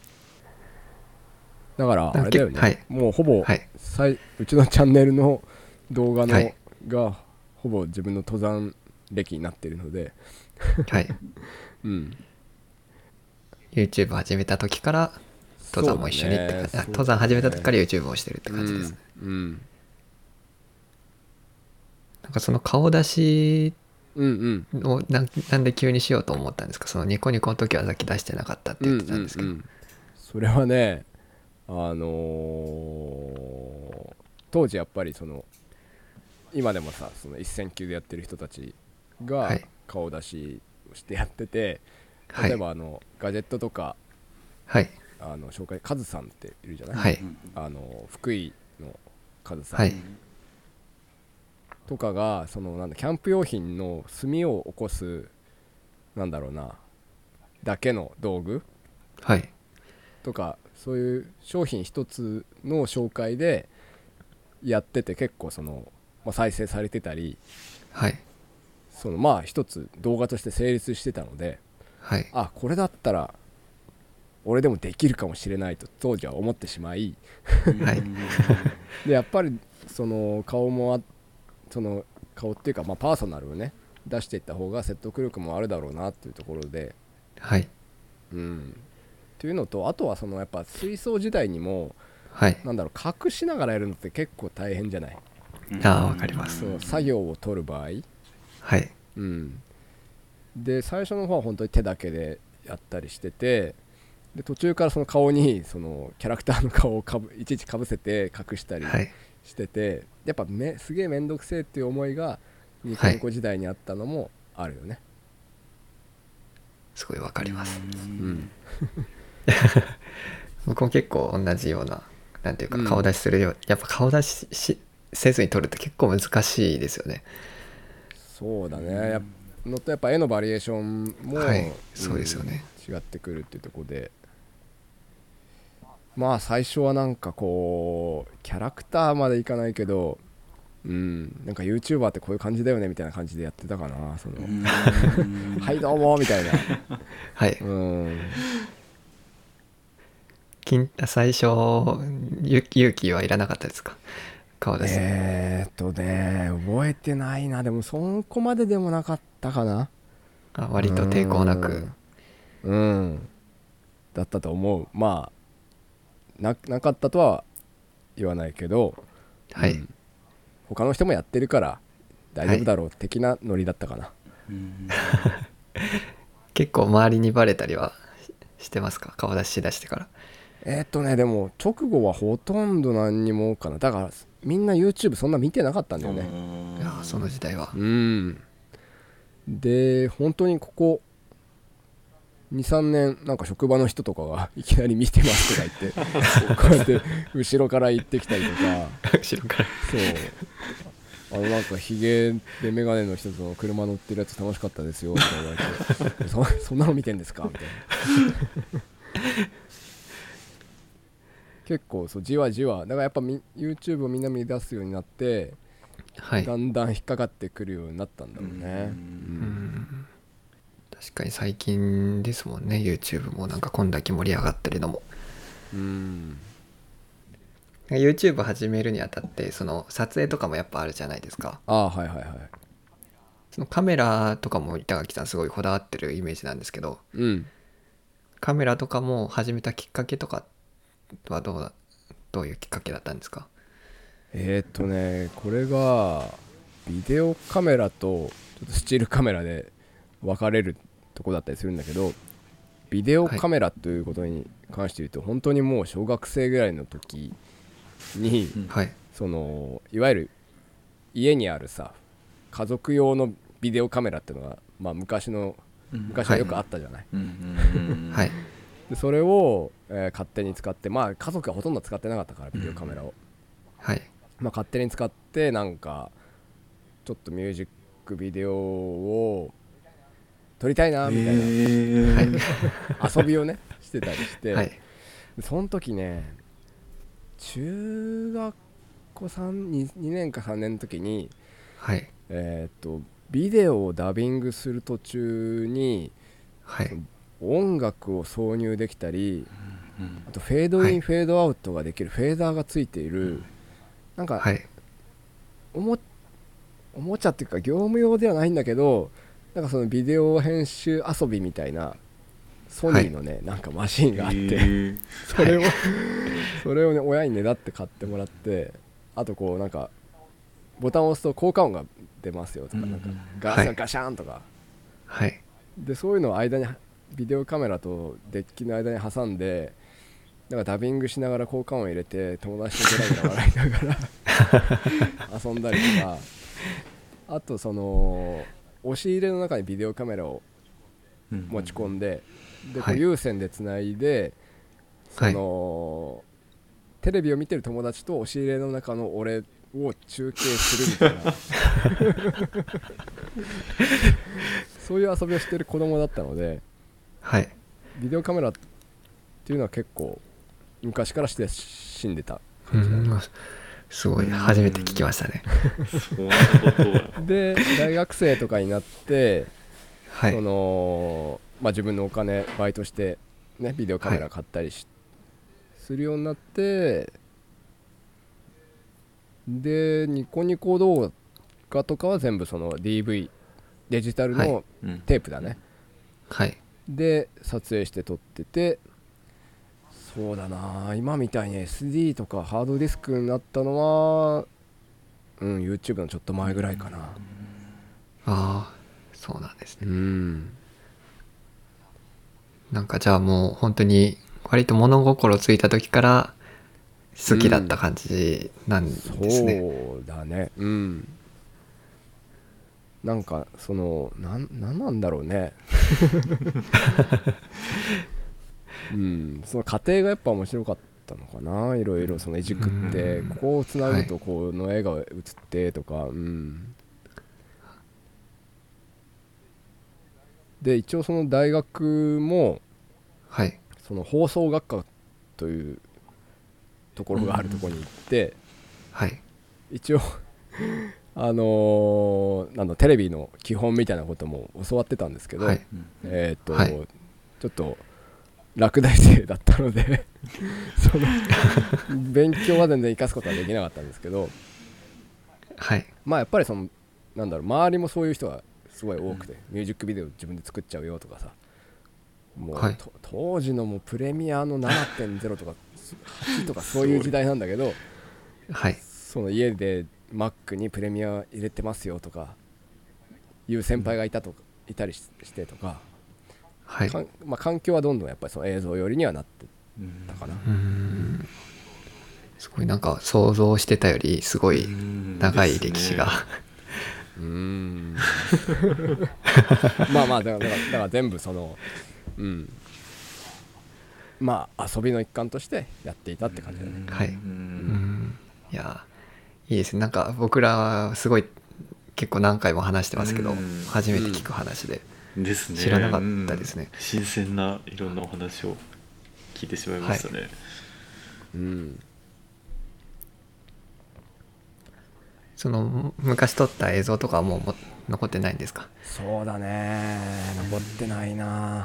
だからあれだよね、もうほぼ、うちのチャンネルの動画の、がほぼ自分の登山歴になっているので YouTube 始めた時から登山も一緒にって感じ、登山始めた時から YouTube をしてるって感じですね。なんかその顔出しをなんで急にしようと思ったんですか？そのニコニコの時はさっき出してなかったって言ってたんですけど、 それはね当時やっぱりその今でもさその一線級でやってる人たちが顔出しをしてやってて、例えばガジェットとか、紹介カズさんっているじゃない、福井のカズさん、とかがそのキャンプ用品の炭を起こすだけの道具、とかそういう商品一つの紹介でやってて結構その、再生されてたり、その一つ動画として成立してたので、これだったら俺でもできるかもしれないと当時は思ってしまいでやっぱりその顔っていうか、パーソナルをね出していった方が説得力もあるだろうなっていうところで、っていうのと、あとはそのやっぱ水槽時代にも、隠しながらやるのって結構大変じゃない？ わかります。 そう作業を取る場合、で最初の方は本当に手だけでやったりしてて、で途中からその顔にそのキャラクターの顔をいちいちかぶせて隠したりしてて、やっぱすげえ面倒くせえっていう思いがニコニコ時代にあったのもあるよね。 すごいわかります。僕も結構同じような、なんていうか顔出しするよう、やっぱ顔出しせずに撮るって結構難しいですよね。 そうだね。のとやっぱ絵のバリエーションも、 そうですよね。 違ってくるっていうところで、最初はなんかこうキャラクターまでいかないけど、なんか YouTuber ってこういう感じだよねみたいな感じでやってたかな。そのはいどうもみたいな。 最初勇気はいらなかったですか？顔出し。 覚えてないな。でもそこまででもなかったかな。 割と抵抗なくだったと思う。なかったとは言わないけど、他の人もやってるから大丈夫だろう的なノリだったかな。 結構周りにバレたりはしてますか？顔出ししだしてから。 でも直後はほとんど何にもかな。だからみんな YouTube そんな見てなかったんだよね。 いやその時代は。 で本当にここ 2,3 年なんか職場の人とかがいきなり見てますとか言ってこうやって後ろから言ってきたりとか後ろからそうなんかヒゲでメガネの人と車乗ってるやつ楽しかったですよとか言われてそんなの見てんですかみたいな結構そうじわじわだからやっぱYouTube をみんな見出すようになって、はい、だんだん引っかかってくるようになったんだろうね。 確かに最近ですもんね YouTube もなんかこんだけ盛り上がってるのも。YouTube 始めるにあたってその撮影とかもやっぱあるじゃないですか。 はいはいはい。 そのカメラとかも板垣さんすごいこだわってるイメージなんですけど、カメラとかも始めたきっかけとかはどういうきっかけだったんですか？ これがビデオカメラとちょっとスチールカメラで分かれるとこだったりするんだけど、ビデオカメラということに関して言うと、本当にもう小学生ぐらいの時に、そのいわゆる家にあるさ家族用のビデオカメラっていうのが、昔はよくあったじゃない。でそれを、勝手に使って、家族はほとんど使ってなかったからビデオカメラを、勝手に使ってなんかちょっとミュージックビデオを撮りたいなみたいな、遊びをねしてたりして、その時ね中学校2年か3年の時に、ビデオをダビングする途中に、音楽を挿入できたり、あとフェードイン、フェードアウトができるフェーダーがついている、なんか、おもちゃっていうか業務用ではないんだけど、なんかそのビデオ編集遊びみたいなソニーのね、なんかマシンがあって、それをね親にねだって買ってもらって、あとこうなんかボタンを押すと効果音が出ますよとか、なんかガシャンとか、でそういうのを間にビデオカメラとデッキの間に挟んで、なんかダビングしながら効果音を入れて友達とゲラゲラ笑いながら遊んだりとか、あとその押し入れの中にビデオカメラを持ち込んで、でこう有線でつないで、そのテレビを見てる友達と押し入れの中の俺を中継するみたいなそういう遊びをしてる子供だったので、ビデオカメラっていうのは結構昔からして死んでた感じだね。 すごい初めて聞きましたねで大学生とかになって、その自分のお金バイトして、ね、ビデオカメラ買ったりするようになって、でニコニコ動画とかは全部その DV デジタルのテープだね、で撮影して撮ってて、そうだな、今みたいに SD とかハードディスクになったのは、YouTube のちょっと前ぐらいかな。 そうなんですね。なんかじゃあもう本当に割と物心ついた時から好きだった感じなんですね。 そうだね。なんかそのなんだろうねその過程がやっぱ面白かったのかな。いろいろそのいじくってこうつなぐとこの絵が映ってとか、で一応その大学も、その放送学科というところがあるところに行って、一応テレビの基本みたいなことも教わってたんですけど、ちょっと落第生だったのでその勉強は全然生かすことはできなかったんですけど、やっぱりその周りもそういう人がすごい多くて、ミュージックビデオ自分で作っちゃうよとかさ、もう、当時のもうプレミアの 7.0 とか8とかそういう時代なんだけど、その家で Mac にプレミア入れてますよとかいう先輩がいたりしてとか、環境はどんどんやっぱりその映像寄りにはなってたかな。 すごいなんか想像してたよりすごい長い歴史が、 まあまあだから全部そのまあ遊びの一環としてやっていたって感じだね。 はい。いやいいですね。なんか僕らはすごい結構何回も話してますけど、初めて聞く話でですね。 知らなかったですね。 新鮮ないろんなお話を聞いてしまいましたね。 その昔撮った映像とかはもう残ってないんですか？ そうだね、残ってないな。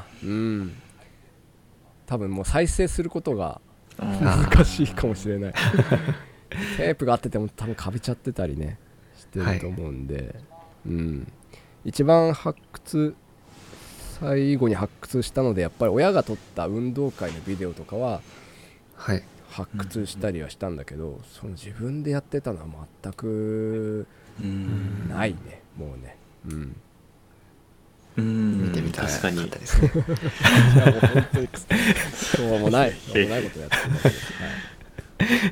多分もう再生することが難しいかもしれないテープがあってても多分かびちゃってたりねしてると思うんで、一番最後に発掘したのでやっぱり親が撮った運動会のビデオとかは発掘したりはしたんだけど、その自分でやってたのは全くないね、もうね。 見てみたかったですね。 いやもう本当にしょうもないことやってるんだけど、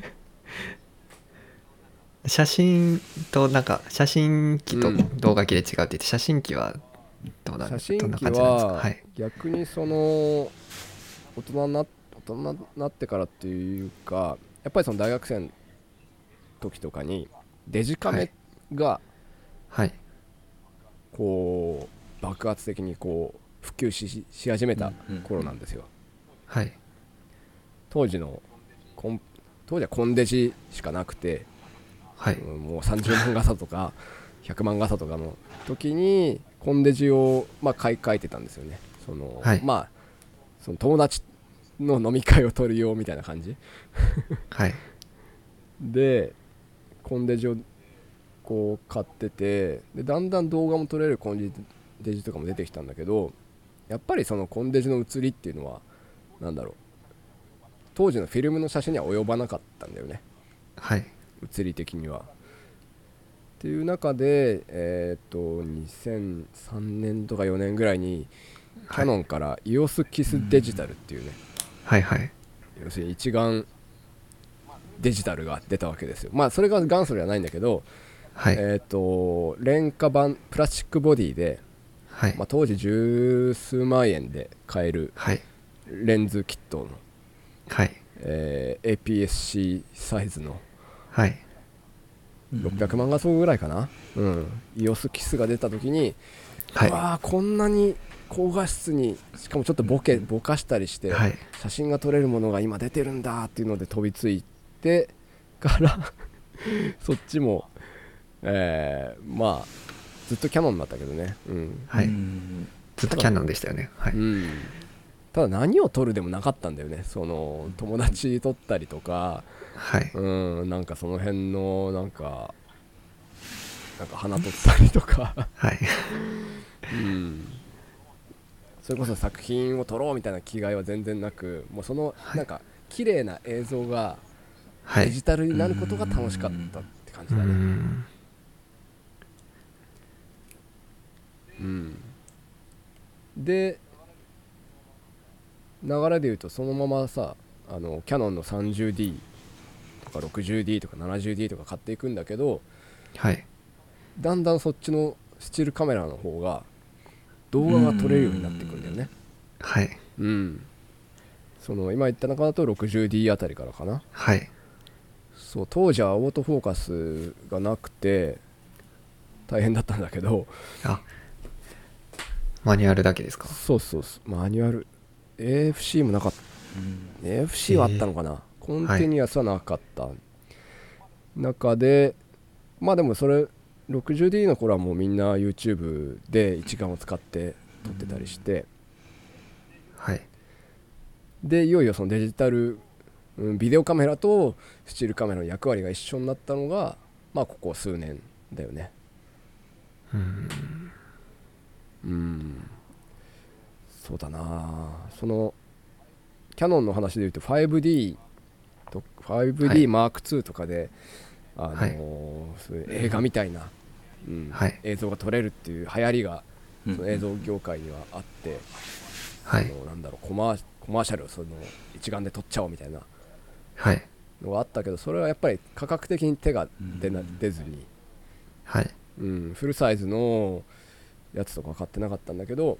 写真となんか写真機と動画機で違うって言って、写真機はどんな感じなんですか？ 逆にその大人になってからっていうか、やっぱりその大学生の時とかにデジカメがこう爆発的にこう普及し始めた頃なんですよ。当時はコンデジしかなくて、もう30万画素とか100万画素とかの時にコンデジを買い替えてたんですよね。その友達の飲み会を撮るよみたいな感じでコンデジをこう買ってて、でだんだん動画も撮れるコンデジとかも出てきたんだけど、やっぱりそのコンデジの写りっていうのはなんだろう、当時のフィルムの写真には及ばなかったんだよね、写り的には。っていう中で、2003年とか4年ぐらいにキャノンから EOS キスデジタルっていうね、要するに一眼デジタルが出たわけですよ。それが元祖ではないんだけど、廉価版プラスチックボディで、当時十数万円で買えるレンズキットの、APS-C サイズの600万画素ぐらいかな、EOS キスが出た時に、こんなに高画質にしかもちょっとぼかしたりして写真が撮れるものが今出てるんだっていうので飛びついてからそっちもずっとキャノンだったけどね、 ずっとキャノンでしたよね。 ただ何を撮るでもなかったんだよね。その友達撮ったりとか、なんかその辺のなんか花撮ったりとかそれこそ作品を撮ろうみたいな気概は全然なく、もうそのなんか綺麗な映像がデジタルになることが楽しかったって感じだね。で流れでいうとそのままさ、キャノンの 30D とか 60D とか 70D とか買っていくんだけど、だんだんそっちのスチールカメラの方が動画が撮れるようになっていくんだよね。その今言った中だと 60D あたりからかな。そう当時はオートフォーカスがなくて大変だったんだけど、 マニュアルだけですか？ そうマニュアル AFC もなかった、AFC はあったのかな、コンティニュアスはなかった、中ででもそれ 60D の頃はもうみんな YouTube で一眼を使って撮ってたりして、でいよいよそのデジタル、ビデオカメラとスチールカメラの役割が一緒になったのがここ数年だよね。そうだな。そのキャノンの話でいうと 5D と 5D M2 とかで、そういう映画みたいな、映像が撮れるっていう流行りがその映像業界にはあって、なんだろうコマーシャルをその一眼で撮っちゃおうみたいな、 のがあったけど、それはやっぱり価格的に手が出ずに、 はい、 フルサイズのやつとか買ってなかったんだけど、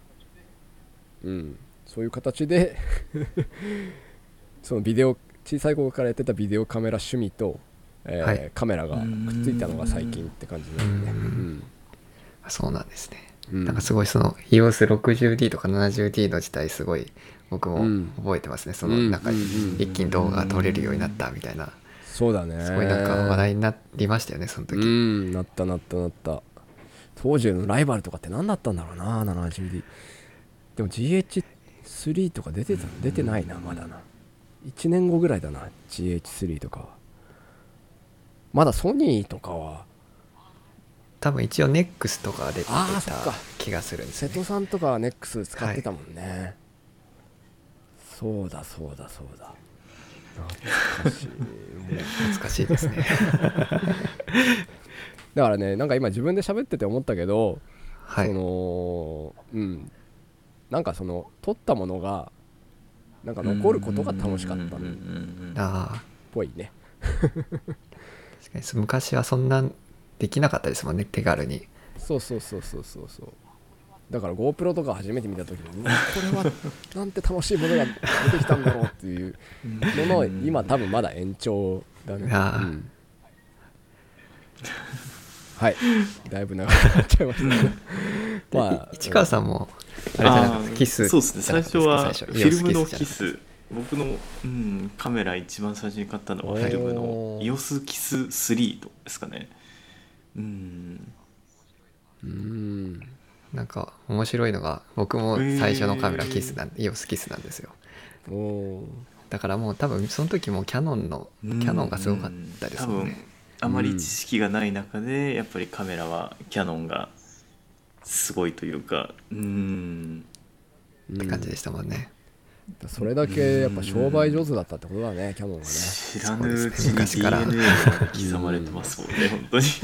そういう形でそのビデオ、小さい頃からやってたビデオカメラ趣味と、はい、カメラがくっついたのが最近って感じなんでね。 そうなんですね。なんかすごいその EOS60D とか 70D の時代すごい僕も覚えてますね。その中に一気に動画が撮れるようになったみたいな。 そうだね。 すごいなんか話題になりましたよね、その時。 なった当時のライバルとかって何だったんだろうな、70D。でも GH3 とか出てないな、まだな。1年後ぐらいだな、 GH3 とかは。まだソニーとかは多分一応 NEX とか出てた気がするんですね。 瀬戸さんとかは NEX 使ってたもんね、はい、そうだ懐かしい懐かしいですねだからね、なんか今自分で喋ってて思ったけど、 はい、 なんかその撮ったものがなんか残ることが楽しかったっぽいね確かに昔はそんなできなかったですもんね、手軽に。 そうだから GoPro とか初めて見た時に、これはなんて楽しいものが出てきたんだろうっていうのの今多分まだ延長だね。はいだいぶ長くなっちゃいましたねまあ市川さんもあれじゃなかったキス。 そうですね、最初はフィルムのキス。僕の、カメラ一番最初に買ったのはフィルムの EOS キス3とですかね。 なんか面白いのが、僕も最初のカメラキスなんで、EOS キスなんですよ。だからもう多分その時もキヤノンがすごかったですもんね。 多分あまり知識がない中でやっぱりカメラはキヤノンがすごいというか、 って感じでしたもんね。 それだけやっぱ商売上手だったってことだね、キヤノンがね。 知らぬうちに DNA が刻まれてますもんね、本当に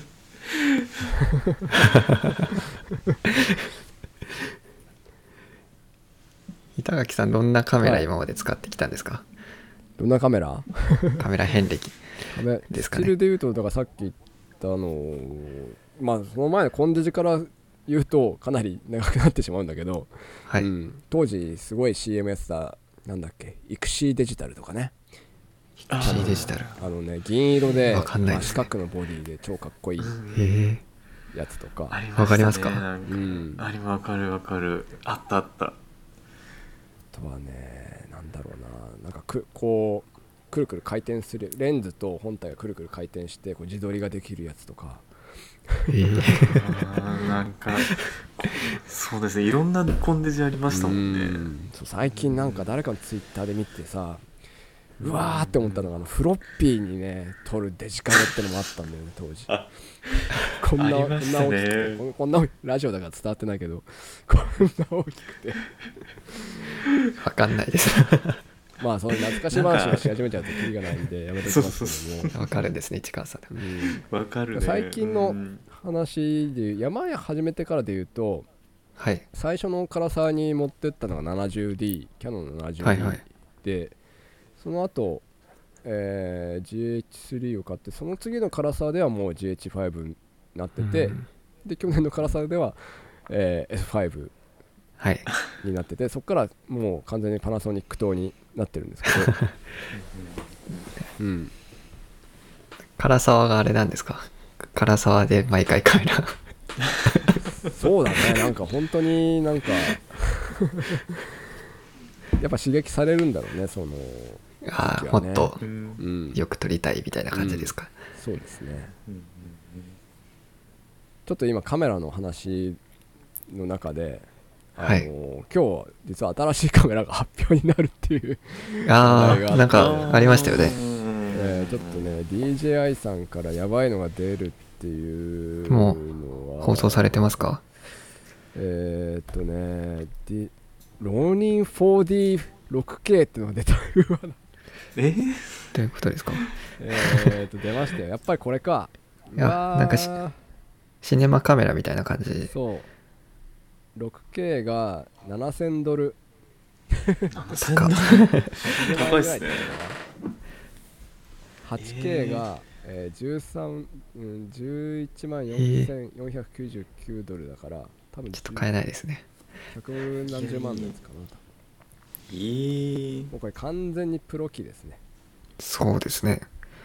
板垣さん、どんなカメラ今まで使ってきたんですか？ どんなカメラカメラ遍歴ですかね。 スキルでいうと、だからさっき言ったまあその前のコンデジから言うとかなり長くなってしまうんだけど、 はい、 当時すごい CM やってた、なんだっけ、イクシーデジタルとかね。 イクシーデジタル、 銀色で四角のボディで超かっこいいやつとか。 わかりますか？ あれわかる。あった。あとはね、なんだろうな、なんかこうくるくる回転するレンズと本体がくるくる回転してこう自撮りができるやつとか。 なんかそうですね、いろんなコンデジありましたもんね。 最近なんか誰かのツイッターで見てさ、うわーって思ったのが、フロッピーにね撮るデジカメってのもあったんだよね、当時。こんな大きくて、こんなラジオだから伝わってないけど、こんな大きくてわかんないですまあその懐かしい話をし始めちゃうとキリがないんでやめておきますけども。 わかるんですね、市川さん。 わかるね。 最近の話で山屋始めてからで言うと、 はい、 最初の唐沢に持ってったのが 70D、 キヤノンの 70D で、その後、GH3 を買って、その次の唐沢ではもう GH5 になってて、で去年の唐沢では、S5 になってて、そこからもう完全にパナソニック灯になってるんですけど唐沢があれなんですか？唐沢で毎回カメラそうだね、なんか本当になんかやっぱ刺激されるんだろうね、そのね、もっとよく撮りたいみたいな感じですか？ そうですね。ちょっと今カメラの話の中で、今日実は新しいカメラが発表になるっていうなんかありましたよね。 ちょっとね DJI さんからやばいのが出るっていうのはもう放送されてますか？ ローニン 4D6K っていうのが出た。 どういうことですか？ 出ましたよ、やっぱりこれか。 いや、なんかシネマカメラみたいな感じ。 そう、6K が$7000。 高いですね。 8K が、11万4499ドルだから、多分ちょっと買えないですね。 100何十万のやつかな。もうこれ完全にプロ機ですね。 そうですね。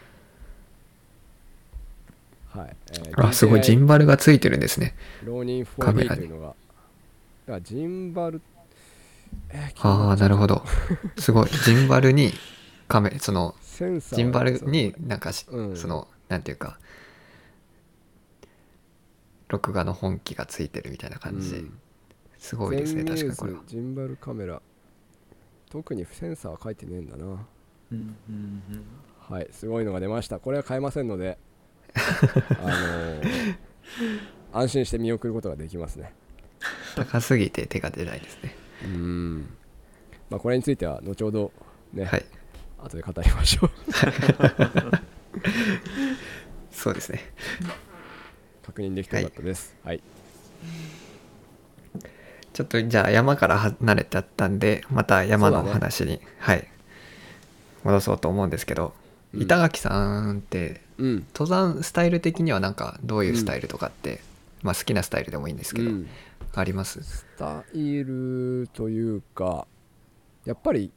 はい。 すごい、ジンバルがついてるんですね。 ローニン 4D というのが。だからジンバル、 なるほど。すごい。ジンバルにその、ジンバルになんかその、なんていうか、録画の本機がついてるみたいな感じで、すごいですね、確かにこれは。 ジンバルカメラ、特にセンサーは書いてねえんだな。はい、すごいのが出ました。これは買えませんので、安心して見送ることができますね。 高すぎて手が出ないですね。 まあ、これについては後ほどね、 はい、 後で語りましょう。 そうですね。 確認できてよかったです。はい。 ちょっとじゃあ山から離れちゃったんで、また山の話に、戻そうと思うんですけど、板垣さんって、登山スタイル的にはなんかどういうスタイルとかって、まあ好きなスタイルでもいいんですけど、あります？ スタイルというか、やっぱり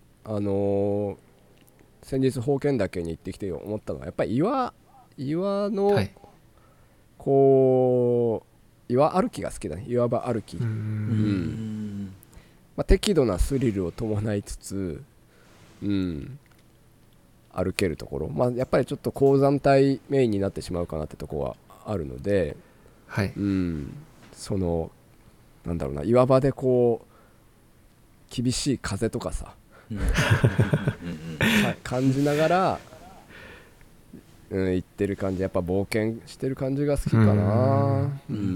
先日宝剣岳に行ってきて思ったのは、やっぱり岩の、こう岩歩きが好きだね。岩場歩き。まあ、適度なスリルを伴いつつ、歩けるところ、まあ、やっぱりちょっと高山帯メインになってしまうかなってとこはあるので、そのなんだろうな、岩場でこう厳しい風とかさ感じながら、行ってる感じ、やっぱ冒険してる感じが好きかな。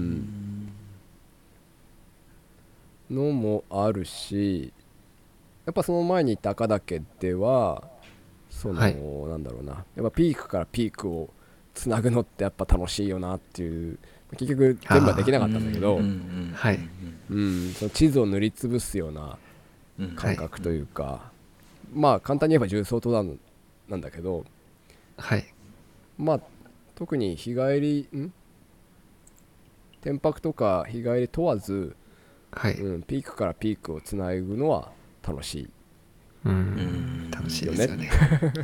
のもあるし、やっぱその前に行った赤岳ではなんだろうな、やっぱピークからピークをつなぐのってやっぱ楽しいよなっていう、結局全部はできなかったんだけど、その地図を塗りつぶすような感覚というか、まあ簡単に言えば重装登山なんだけど、まあ特に日帰り天泊とか日帰り問わず、ピークからピークをつなぐのは楽しい。 楽しいですよね。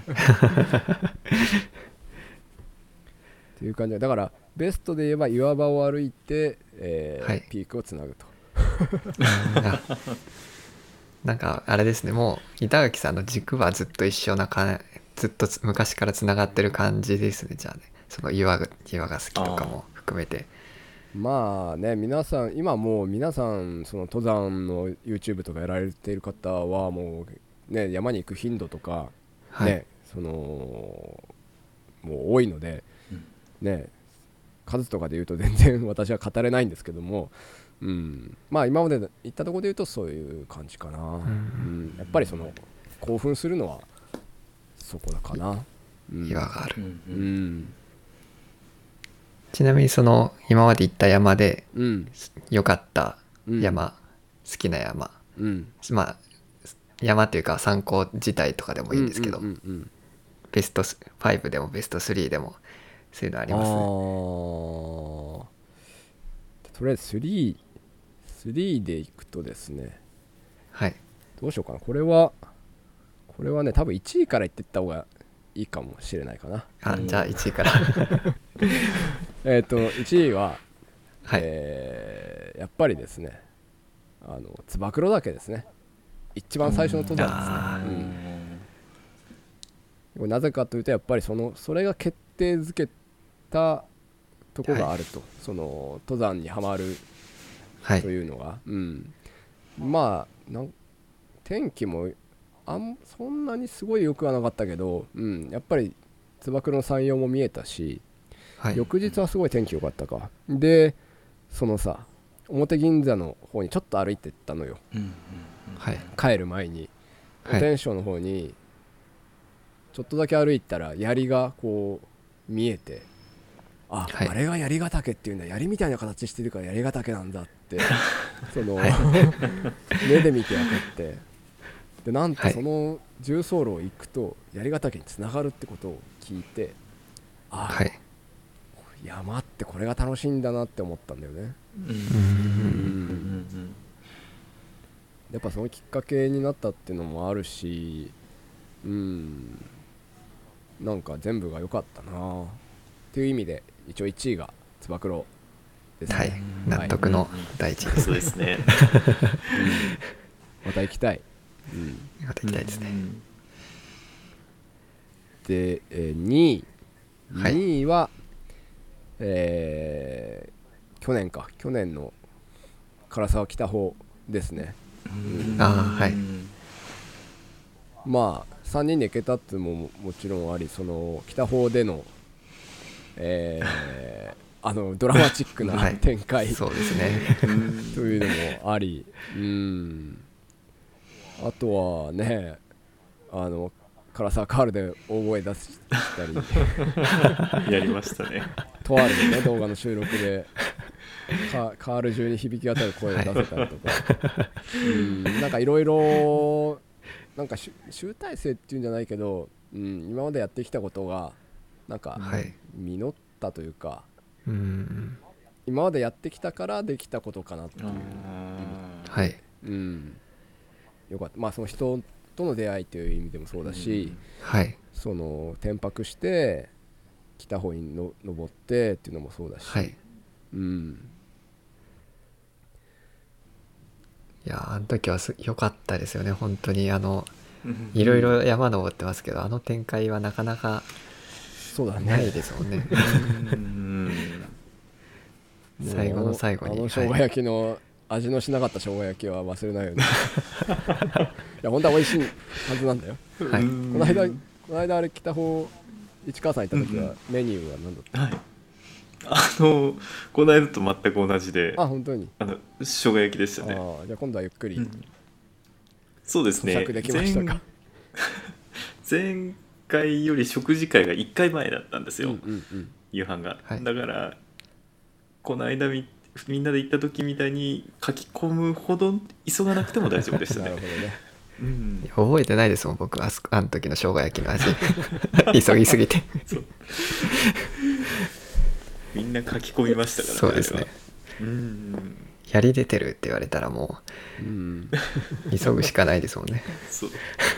っていう感じだから、ベストで言えば岩場を歩いて、ピークをつなぐと。 なんかあれですね、もう板垣さんの軸はずっと一緒なずっと昔からつながってる感じですね。じゃあね、その岩が好きとかも含めて。 まあね、皆さん今もう皆さんその登山の YouTube とかやられている方はもうね、山に行く頻度とかね、もう多いのでね、数とかで言うと全然私は語れないんですけども、まあ今まで行ったところで言うとそういう感じかな。やっぱりその興奮するのはそこだかな。 岩がある。ちなみにその今まで行った山で良かった山、好きな山、まあ山というか参考自体とかでもいいんですけど、ベスト5でもベスト3でもそういうのありますね。 とりあえず3でいくとですね、どうしようかな。これはね、多分1位から言っていった方がいいかもしれないかな。 じゃあ1位から 1位は、やっぱりですね、燕岳ですね。一番最初の登山ですね。なぜかというと、やっぱりそれが決定づけたとこがあると、その登山にはまるというのが、まあ天気もそんなにすごい良くはなかったけど、やっぱり燕の山陽も見えたし、翌日はすごい天気良かったか。でそのさ、表銀座の方にちょっと歩いてったのよ、帰る前に。お天正の方にちょっとだけ歩いたら槍がこう見えて、あれが槍ヶ岳っていうんだ、槍みたいな形してるから槍ヶ岳なんだってその目で見て分かって、 でなんとその重走路を行くと槍ヶ岳につながるってことを聞いて、ああ、 はい、 山ってこれが楽しいんだなって思ったんだよね。やっぱそのきっかけになったっていうのもあるし、なんか全部が良かったなっていう意味で一応1位がつば九郎ですね。 はい、納得の第一位です、 そうですね。 また行きたい。 また行きたいですね。 で、2位は、去年の唐沢北方ですね。 はい。 まあ3人で行けたっていうのももちろんあり、その北方での、ドラマチックな展開、 そうですねというのもあり、あとはね、唐沢カールで大声出したりやりましたね。 とある、ね、動画の収録でカール中に響き渡る声を出せたりとかなんかいろいろなんか集大成っていうんじゃないけど、今までやってきたことがなんか実ったというか、今までやってきたからできたことかなっていう、よかった。まあその人との出会いという意味でもそうだし、その転泊して北方にの登ってっていうのもそうだし、 いやあの時は良かったですよね本当に。いろいろ山登ってますけど、あの展開はなかなかないですもんね。最後の最後に生姜焼きの味のしなかった生姜焼きは忘れないよね。いや本当は美味しいはずなんだよ。この間あれ北方市川さん行った時はメニューは何だった？ この間と全く同じで、 本当に生姜焼きでしたね。 じゃあ今度はゆっくり、 そうですね。 咀嚼できましたか？ 前回より食事会が1回前だったんですよ、夕飯が、だからこの間みんなで行った時みたいに書き込むほど急がなくても大丈夫でしたね。 なるほどね。 覚えてないですもん僕、あの時の生姜焼きの味急ぎすぎてみんな書き込みましたからね。 そうですね。槍出てるって言われたらもう、急ぐしかないですもんね。 そう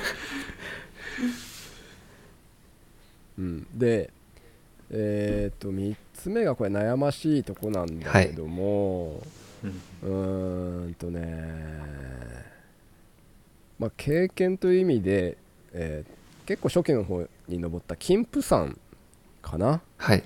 で3つ目がこれ悩ましいとこなんだけども、まあ経験という意味で、結構初期の方に登った金峰山かな。回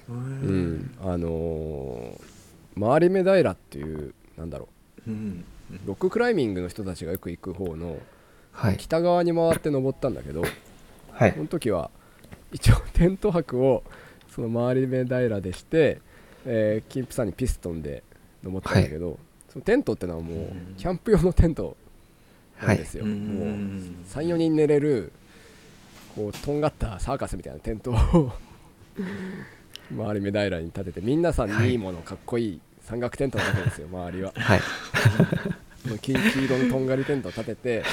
り目平っていうなんだろう、ロッククライミングの人たちがよく行く方の北側に回って登ったんだけど、その時は一応テント泊をその回り目平でして、金峰山にピストンで登ったんだけど、そのテントってのはもうキャンプ用のテントなんですよ。もう 3,4 人寝れるこうとんがったサーカスみたいなテントを回り目平に立てて、みんなさんにいいものかっこいい山岳テントなわけですよ周りは。黄色のとんがりテントを立てて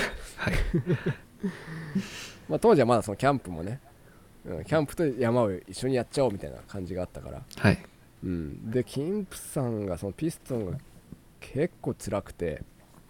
まあ当時はまだそのキャンプもね、キャンプと山を一緒にやっちゃおうみたいな感じがあったから、で金峰山がそのピストンが結構辛くて、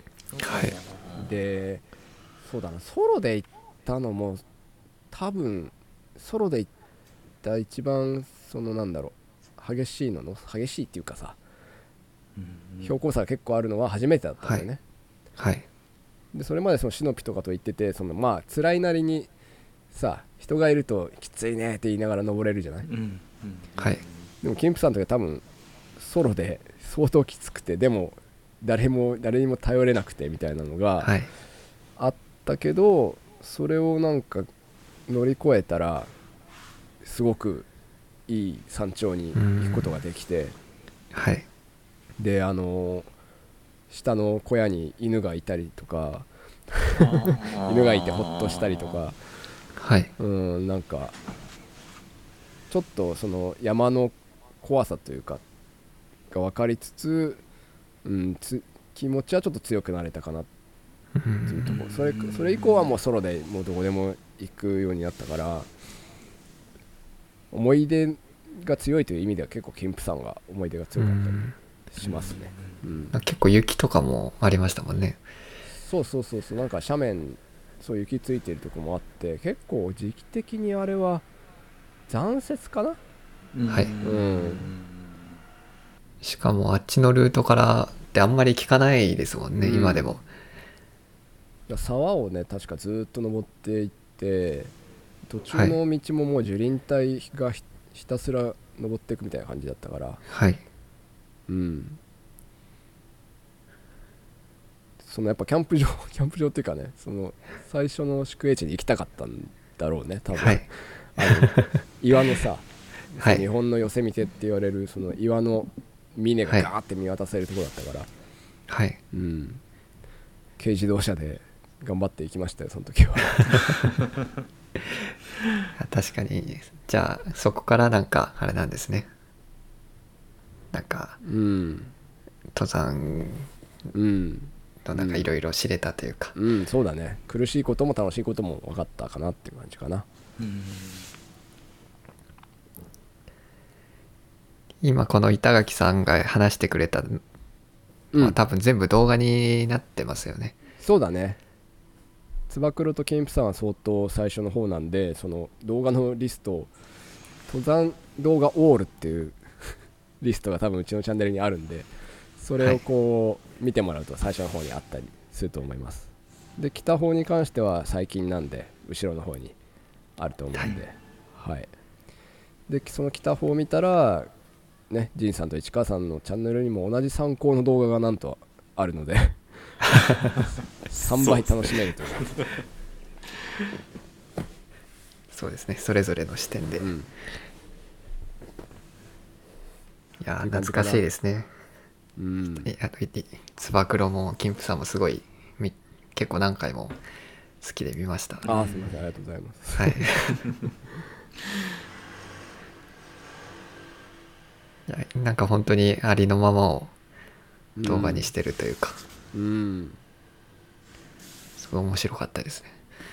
でそうだな、ソロで行ったのも多分ソロで行った一番そのなんだろう激しいっていうかさ、標高差が結構あるのは初めてだったんだよね。でそれまでそのシノピとかと言ってて、そのまあ辛いなりにさ人がいるときついねって言いながら登れるじゃない。でも金峰山の時は多分ソロで相当きつくて、でも誰にも頼れなくてみたいなのがあったけど、それをなんか乗り越えたらすごくいい山頂に行くことができて、で下の小屋に犬がいたりとか犬がいてほっとしたりとか、なんかちょっとその山の怖さというかが分かりつつ、気持ちはちょっと強くなれたかなっずっとこうそれ以降はもうソロでもうどこでも行くようになったから、思い出が強いという意味では結構金峰山が思い出が強かったりしますね。 結構雪とかもありましたもんね。 そうなんか斜面そう雪ついてるとこもあって、結構時期的にあれは残雪かな。 はい、しかもあっちのルートからってあんまり聞かないですもんね、今でも。 沢をね確かずっと登っていって、途中の道ももう樹林帯がひたすら登っていくみたいな感じだったから、そのやっぱキャンプ場っていうかね、その最初の宿営地に行きたかったんだろうね多分、岩のさ、日本のヨセミテって言われるその岩の峰がガーって見渡せるところだったから、軽自動車で頑張っていきましたよその時は。 確かに。じゃあそこからなんかあれなんですね、なんか、登山のなんかいろいろ知れたというか、 そうだね、苦しいことも楽しいことも分かったかなっていう感じかな。 今この板垣さんが話してくれた、多分全部動画になってますよね。 そうだね、つば九郎と金峰山は相当最初の方なんで、その動画のリスト、登山動画オールっていうリストが多分うちのチャンネルにあるんで、それをこう見てもらうと最初の方にあったりすると思います。で北方に関しては最近なんで後ろの方にあると思うんで、でその北方を見たらね、仁さんと市川さんのチャンネルにも同じ参考の動画がなんとあるので3倍楽しめるという。 そうですね、それぞれの視点で、いや懐かしいですね。つば九郎も金峰さんもすごい結構何回も好きで見ました。 すみません、ありがとうございます。 なんか本当にありのままを動画にしてるというか、すごい面白かったですね。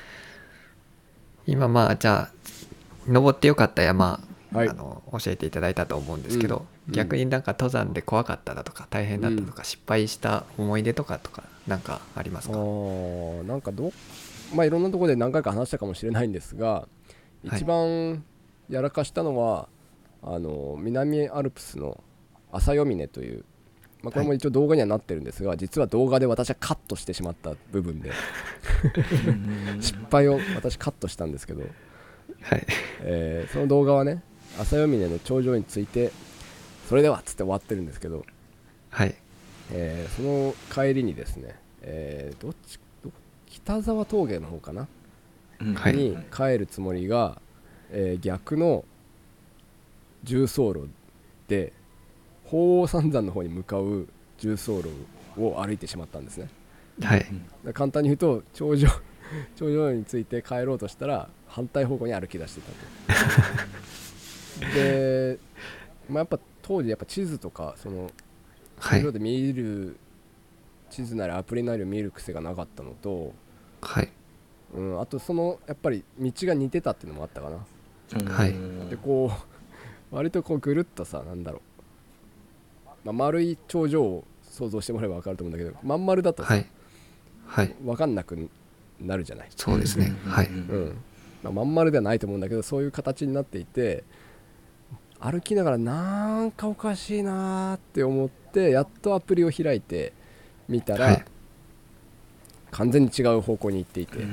今じゃあ登ってよかった山、教えていただいたと思うんですけど、逆になんか登山で怖かっただとか大変だったとか、失敗した思い出とかなんかありますか？ なんかいろんなところで何回か話したかもしれないんですが、一番やらかしたのは南アルプスの朝夜峰という、これも一応動画にはなってるんですが、実は動画で私はカットしてしまった部分で失敗を私カットしたんですけど、その動画はね、朝夜峰の頂上についてそれではっつって終わってるんですけど、その帰りにですね、北沢峠の方かな、に帰るつもりが、逆の重走路で鳳凰三山の方に向かう重走路を歩いてしまったんですね。簡単に言うと頂上について帰ろうとしたら反対方向に歩き出してたと。で、やっぱ当時地図とかその頂上で見る地図なりアプリなりを見る癖がなかったのと、あとそのやっぱり道が似てたっていうのもあったかな。でこう割とこうぐるっとさ、なんだろう、丸い頂上を想像してもらえば分かると思うんだけど、まん丸だとさ、分かんなくなるじゃない。 そうですね。 まん丸ではないと思うんだけど、そういう形になっていて、歩きながらなんかおかしいなって思って、やっとアプリを開いてみたら、完全に違う方向に行っていて、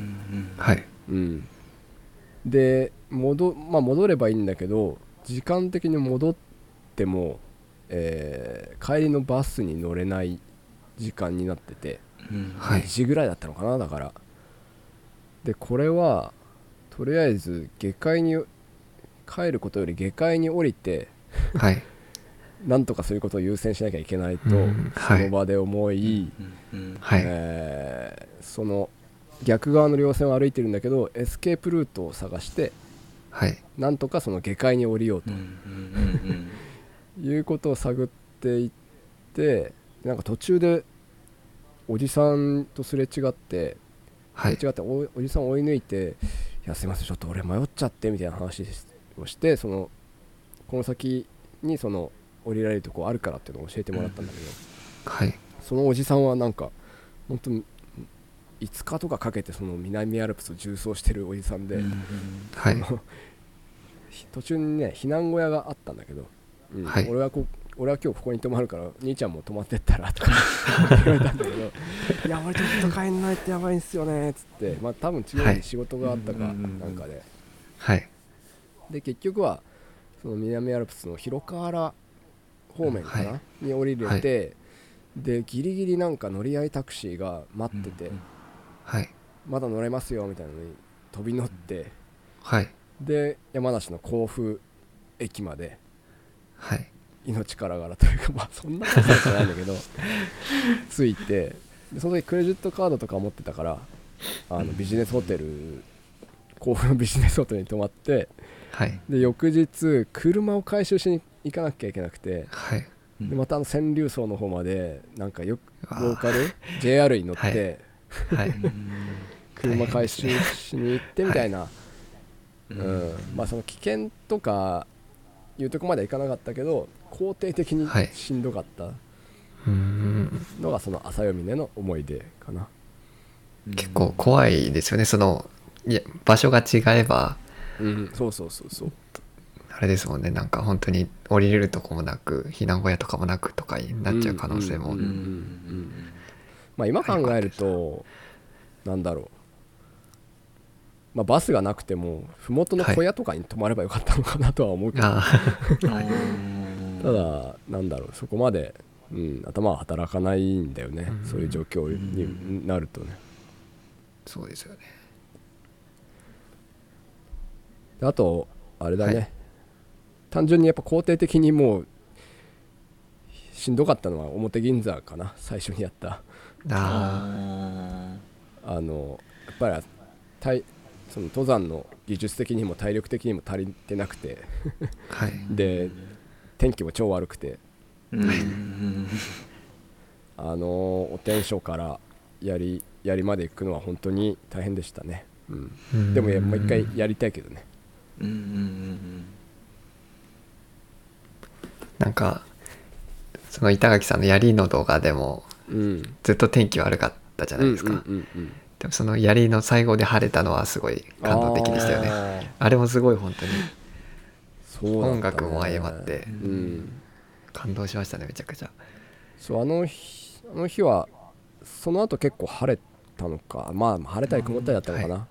で戻ればいいんだけど、時間的に戻っても、帰りのバスに乗れない時間になってて、2時ぐらいだったのかな。だからで、これはとりあえず下界に帰ることより下界に降りてなんとかそういうことを優先しなきゃいけないと、その場で思い、その逆側の稜線を歩いてるんだけど、エスケープルートを探して、なんとかその下界に降りようということを探っていって、なんか途中でおじさんとすれ違って、 はい、 おじさんを追い抜いて、いやすいませんちょっと俺迷っちゃってみたいな話をして、この先に降りられるとこあるからっていうのを教えてもらったんだけど、 はい、 そのおじさんはなんか本当に5日とかかけてその南アルプスを縦走してるおじさんで、 はい、 途中にね避難小屋があったんだけど、 はい、 俺は今日ここに泊まるから兄ちゃんも泊まってったらとか言われたんだけどいや俺ちょっと帰んないってやばいんすよねっつって、まあ多分違うに仕事があったかなんかで、 はい、 で結局はその南アルプスの広川原方面かな、はい、に降りれて、はい、でギリギリなんか乗り合いタクシーが待ってて、 はい、 まだ乗れますよみたいなのに飛び乗って、 はい、で山梨の甲府駅まで、 はい、 命からがらというか、まあそんなことじゃないんだけど着いて、でその時クレジットカードとか持ってたからビジネスホテル、甲府のビジネスホテルに泊まって、はい、で翌日車を回収しに行かなきゃいけなくて、はい、でまた千竜荘の方までなんかローカル JR に乗って、はいはい、車回収しに行ってみたいな、まあその危険とかいうとこまではいかなかったけど肯定的にしんどかったのがその朝読峰の思い出かな。 結構怖いですよね、いや場所が違えば、 そうそうそうそう、 あれですもんね、なんか本当に降りれるとこもなく避難小屋とかもなくとかになっちゃう可能性も、 まあ今考えるとなんだろう、まあ、バスがなくても麓の小屋とかに泊まればよかったのかなとは思うけど、ただなんだろう、そこまで、頭は働かないんだよね、そういう状況になるとね。 そうですよね。 あとあれだね、単純にやっぱ肯定的にもうしんどかったのは表銀座かな、最初にやった。やっぱりその登山の技術的にも体力的にも足りてなくてはい、で天気も超悪くて、お天所から槍まで行くのは本当に大変でしたね、でももう一回やりたいけどね。 なんかその板垣さんの槍の動画でも、ずっと天気悪かったじゃないですか。でもその槍の最後で晴れたのはすごい感動的でしたよね。あれもすごい本当に音楽も相まって、感動しましたね、めちゃくちゃ。 そう、あの日はその後結構晴れたのか、まあ晴れたり曇ったりだったのかな、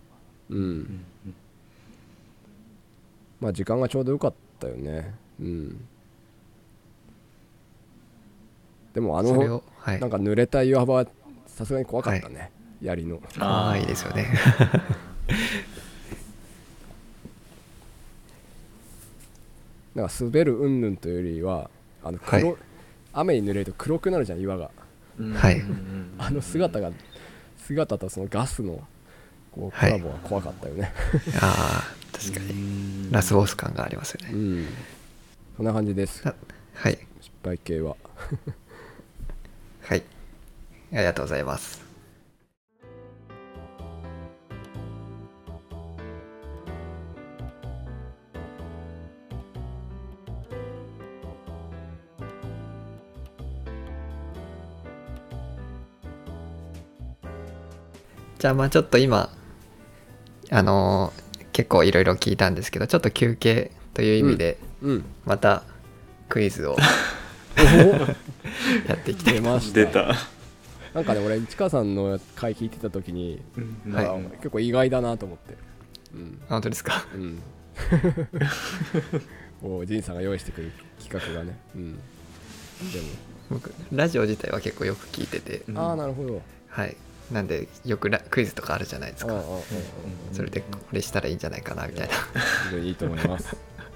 まあ時間がちょうど良かったよね。でもなんか濡れた岩場はさすがに怖かったね、槍の。 怖いですよねなんか滑る云々というよりは雨に濡れると黒くなるじゃん、岩が。あの姿とそのガスのコラボは怖かったよね。 確かにラスボス感がありますよね。 そんな感じです。 はい、 失敗系ははい、ありがとうございます。じゃあまあちょっと今結構いろいろ聞いたんですけど、ちょっと休憩という意味でまたクイズをやっていきたいと思います。 出た。 なんかね、俺市川さんの回聞いてた時に、結構意外だなと思って。 本当ですか。 仁さんが用意してくれる企画がね。でも僕ラジオ自体は結構よく聞いてて。 なるほど。 はい。なんでよくクイズとかあるじゃないですか。それでこれしたらいいんじゃないかなみたいな。 いいと思います。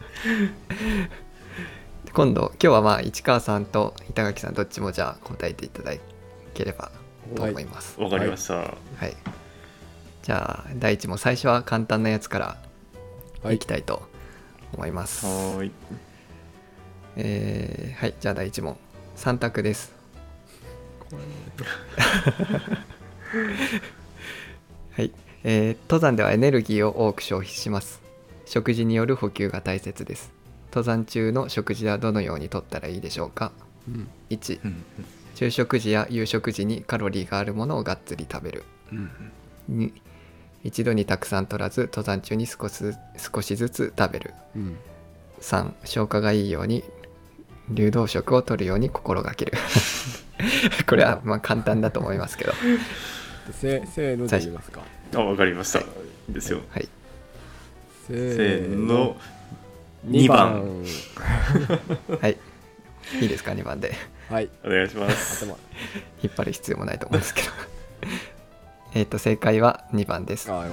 今日はまあ市川さんと板垣さんどっちもじゃあ答えていただければと思います。 わかりました。はい。 じゃあ第一問、最初は簡単なやつからいきたいと思います。 はい。 はい、じゃあ第一問3択です。 はい、登山ではエネルギーを多く消費します。食事による補給が大切です。登山中の食事はどのようにとったらいいでしょうか。1、昼食時や夕食時にカロリーがあるものをがっつり食べる。2、一度にたくさん取らず登山中に少しずつ食べる。3、消化がいいように流動食を取るように心がける。これはまあ簡単だと思いますけど。 せーので言いますか。 わかりました。いいですよ。 はい。 せーの。 2番。 はい。いいですか、2番で。 はい。 お願いします。 引っ張る必要もないと思うんですけど。正解は2番です。ま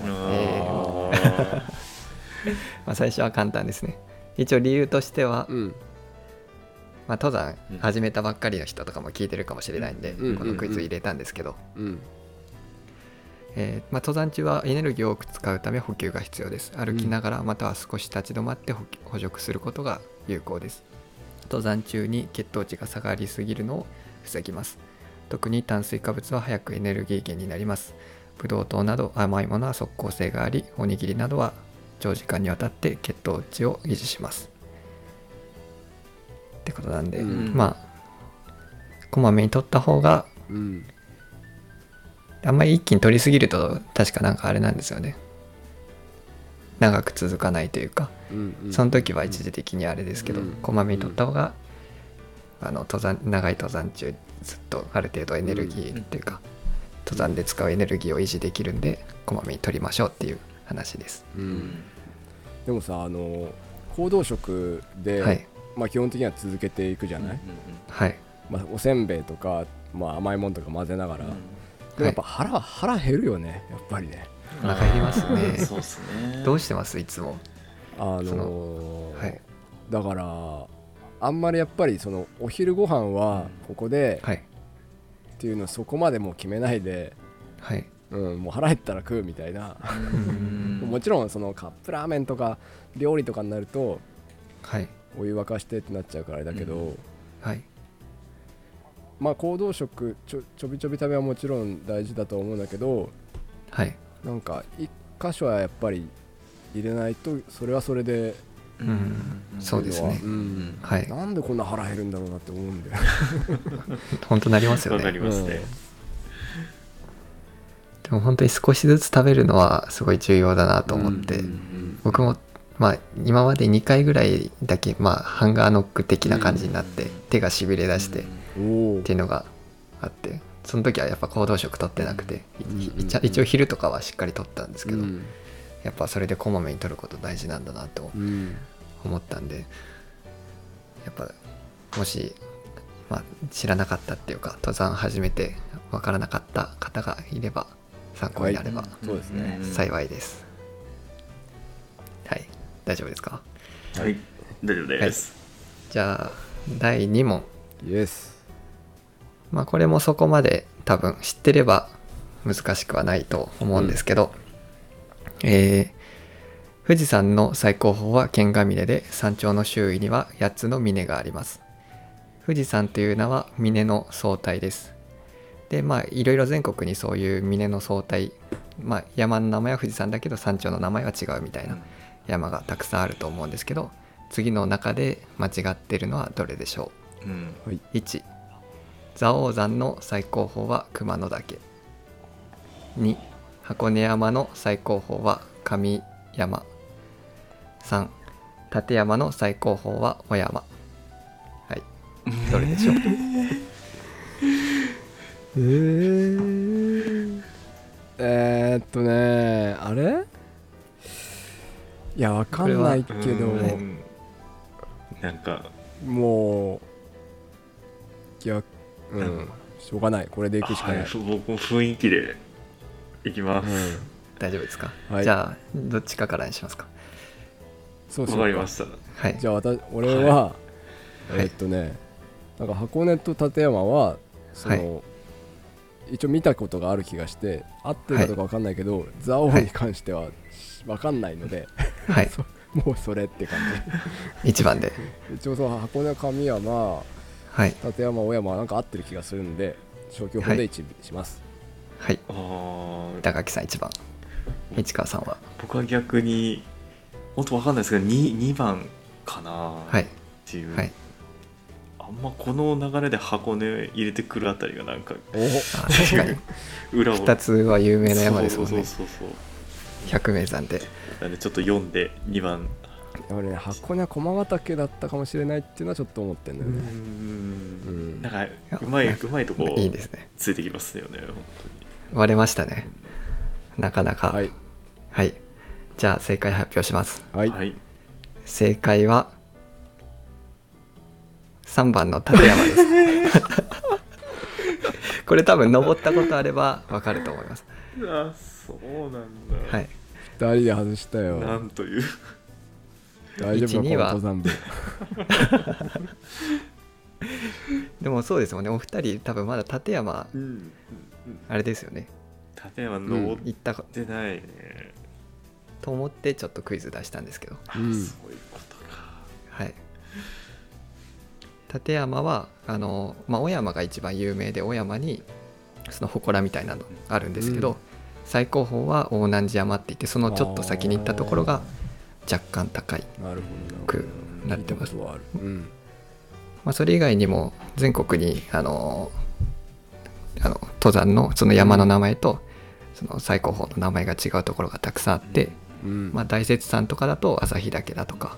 あ最初は簡単ですね。一応理由としては、まあ、登山始めたばっかりの人とかも聞いてるかもしれないんで、このクイズ入れたんですけど、まあ、登山中はエネルギーを多く使うため補給が必要です。歩きながらまたは少し立ち止まって補助することが有効です。登山中に血糖値が下がりすぎるのを防ぎます。特に炭水化物は早くエネルギー源になります。ブドウ糖など甘いものは即効性があり、おにぎりなどは長時間にわたって血糖値を維持しますってことなんで、まあこまめに取った方が、あんまり一気に取りすぎると確かなんかあれなんですよね、長く続かないというか、その時は一時的にあれですけど、こまめに取った方が長い登山中ずっとある程度エネルギーっていうか、登山で使うエネルギーを維持できるんでこまめに取りましょうっていう話です。 でもさ、行動食で、はい、まあ、基本的には続けていくじゃない、 はい、 まあ、おせんべいとか、まあ、甘いものとか混ぜながら、でもやっぱ腹減るよね、やっぱりね。 お腹減りますね。 そうですね。 どうしてますいつも。 はい、だからあんまりやっぱりそのお昼ご飯はここで、はい、っていうのをそこまでもう決めないで、はい、もう腹減ったら食うみたいな。もちろんそのカップラーメンとか料理とかになると、はい、お湯沸かしてってなっちゃうからあれだけど、はい、まあ行動食ちょびちょび食べはもちろん大事だと思うんだけど、はい、なんか一箇所はやっぱり入れないとそれはそれで、 そうですね、 はい、なんでこんな腹減るんだろうなって思うんだよ。 本当なりますよね。 わかりますね。 でも本当に少しずつ食べるのはすごい重要だなと思って、僕もまあ今まで2回ぐらいだけ、まあ、ハンガーノック的な感じになって手がしびれ出してっていうのがあって、その時はやっぱ行動食取ってなくて、一応昼とかはしっかり取ったんですけど、やっぱそれでこまめに取ること大事なんだなと思ったんで、やっぱもし、まあ、知らなかったっていうか登山始めて分からなかった方がいれば参考になれば幸いです。はい、大丈夫ですか？ はい、大丈夫です。 はい、じゃあ第2問。 イエス。 まあこれもそこまで多分知ってれば難しくはないと思うんですけど、富士山の最高峰は剣ヶ峰で、山頂の周囲には8つの峰があります。富士山という名は峰の総体です。でまあいろいろ全国にそういう峰の総体、まあ、山の名前は富士山だけど山頂の名前は違うみたいな山がたくさんあると思うんですけど、次の中で間違ってるのはどれでしょう？はい、1、蔵王山の最高峰は熊野岳。2、箱根山の最高峰は神山。3、立山の最高峰は小山。はい、どれでしょう？ あれ？いや、わかんないけど、 なんかもういや、しょうがない、これでいくしかない。 僕も雰囲気でいきます。 大丈夫ですか？はい、じゃあどっちかからにしますか？ そうそう、わかりました。 はい、じゃあ俺は、なんか箱根と立山はその、一応見たことがある気がして合ってるかどうか分かんないけど、蔵王に関しては分かんないので、もうそれって感じ。1番で一応箱根、神山、立山、小山はなんか合ってる気がするんで、 消去法で1にします。 はい。 あ板垣さん1番。市川さんは？ 僕は逆に本当わかんないですけど 2番かなっていう、 はい、 あんまこの流れで箱根入れてくるあたりがなんか確かに裏を 2つは有名な山ですもんね。 そう百名山で。 なんでちょっと読んで2番。 俺ね、箱根は駒ヶ岳だったかもしれないっていうのはちょっと思ってんだよね。 なんかうまいとこいいですね。 ついてきますよね。本当に割れましたね、なかなか。 はい、 はい、じゃあ正解発表します。 はい、 正解は3番の立山ですこれ多分登ったことあれば分かると思います。 あ、そうなんだ。 はい、 2人で外したよ。 なんという大丈夫か、この登山部でもそうですもんね、お二人多分まだ立山、あれですよね、 立山登ってないね、 と思ってちょっとクイズ出したんですけど、 そういうことか。 はい、立山は雄山が一番有名で、雄山にその祠みたいなのあるんですけど、最高峰は大南寺山って言って、そのちょっと先に行ったところが若干高いくなってます。それ以外にも全国に登山のその山の名前とその最高峰の名前が違うところがたくさんあって、大雪山とかだと旭岳だとか、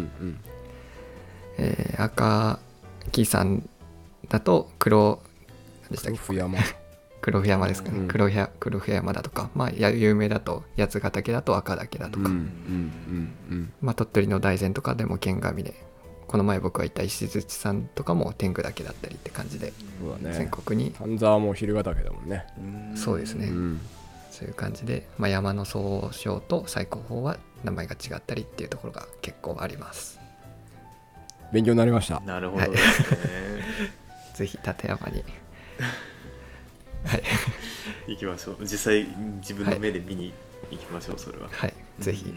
赤城山だと黒布山ですかね、黒布山だとか、有名だと八ヶ岳だと赤岳だとか、鳥取の大山とかでも剣ヶ峰、この前僕が行った石鎚山とかも天狗岳だったりって感じで、全国に丹沢も蛭ヶ岳だもんね。 そうですね、そういう感じで、山の総称と最高峰は名前が違ったりっていうところが結構あります。 勉強になりました。 なるほどですねぜひ立山に行きましょう。実際自分の目で見に行きましょう、それは。 はい、ぜひ。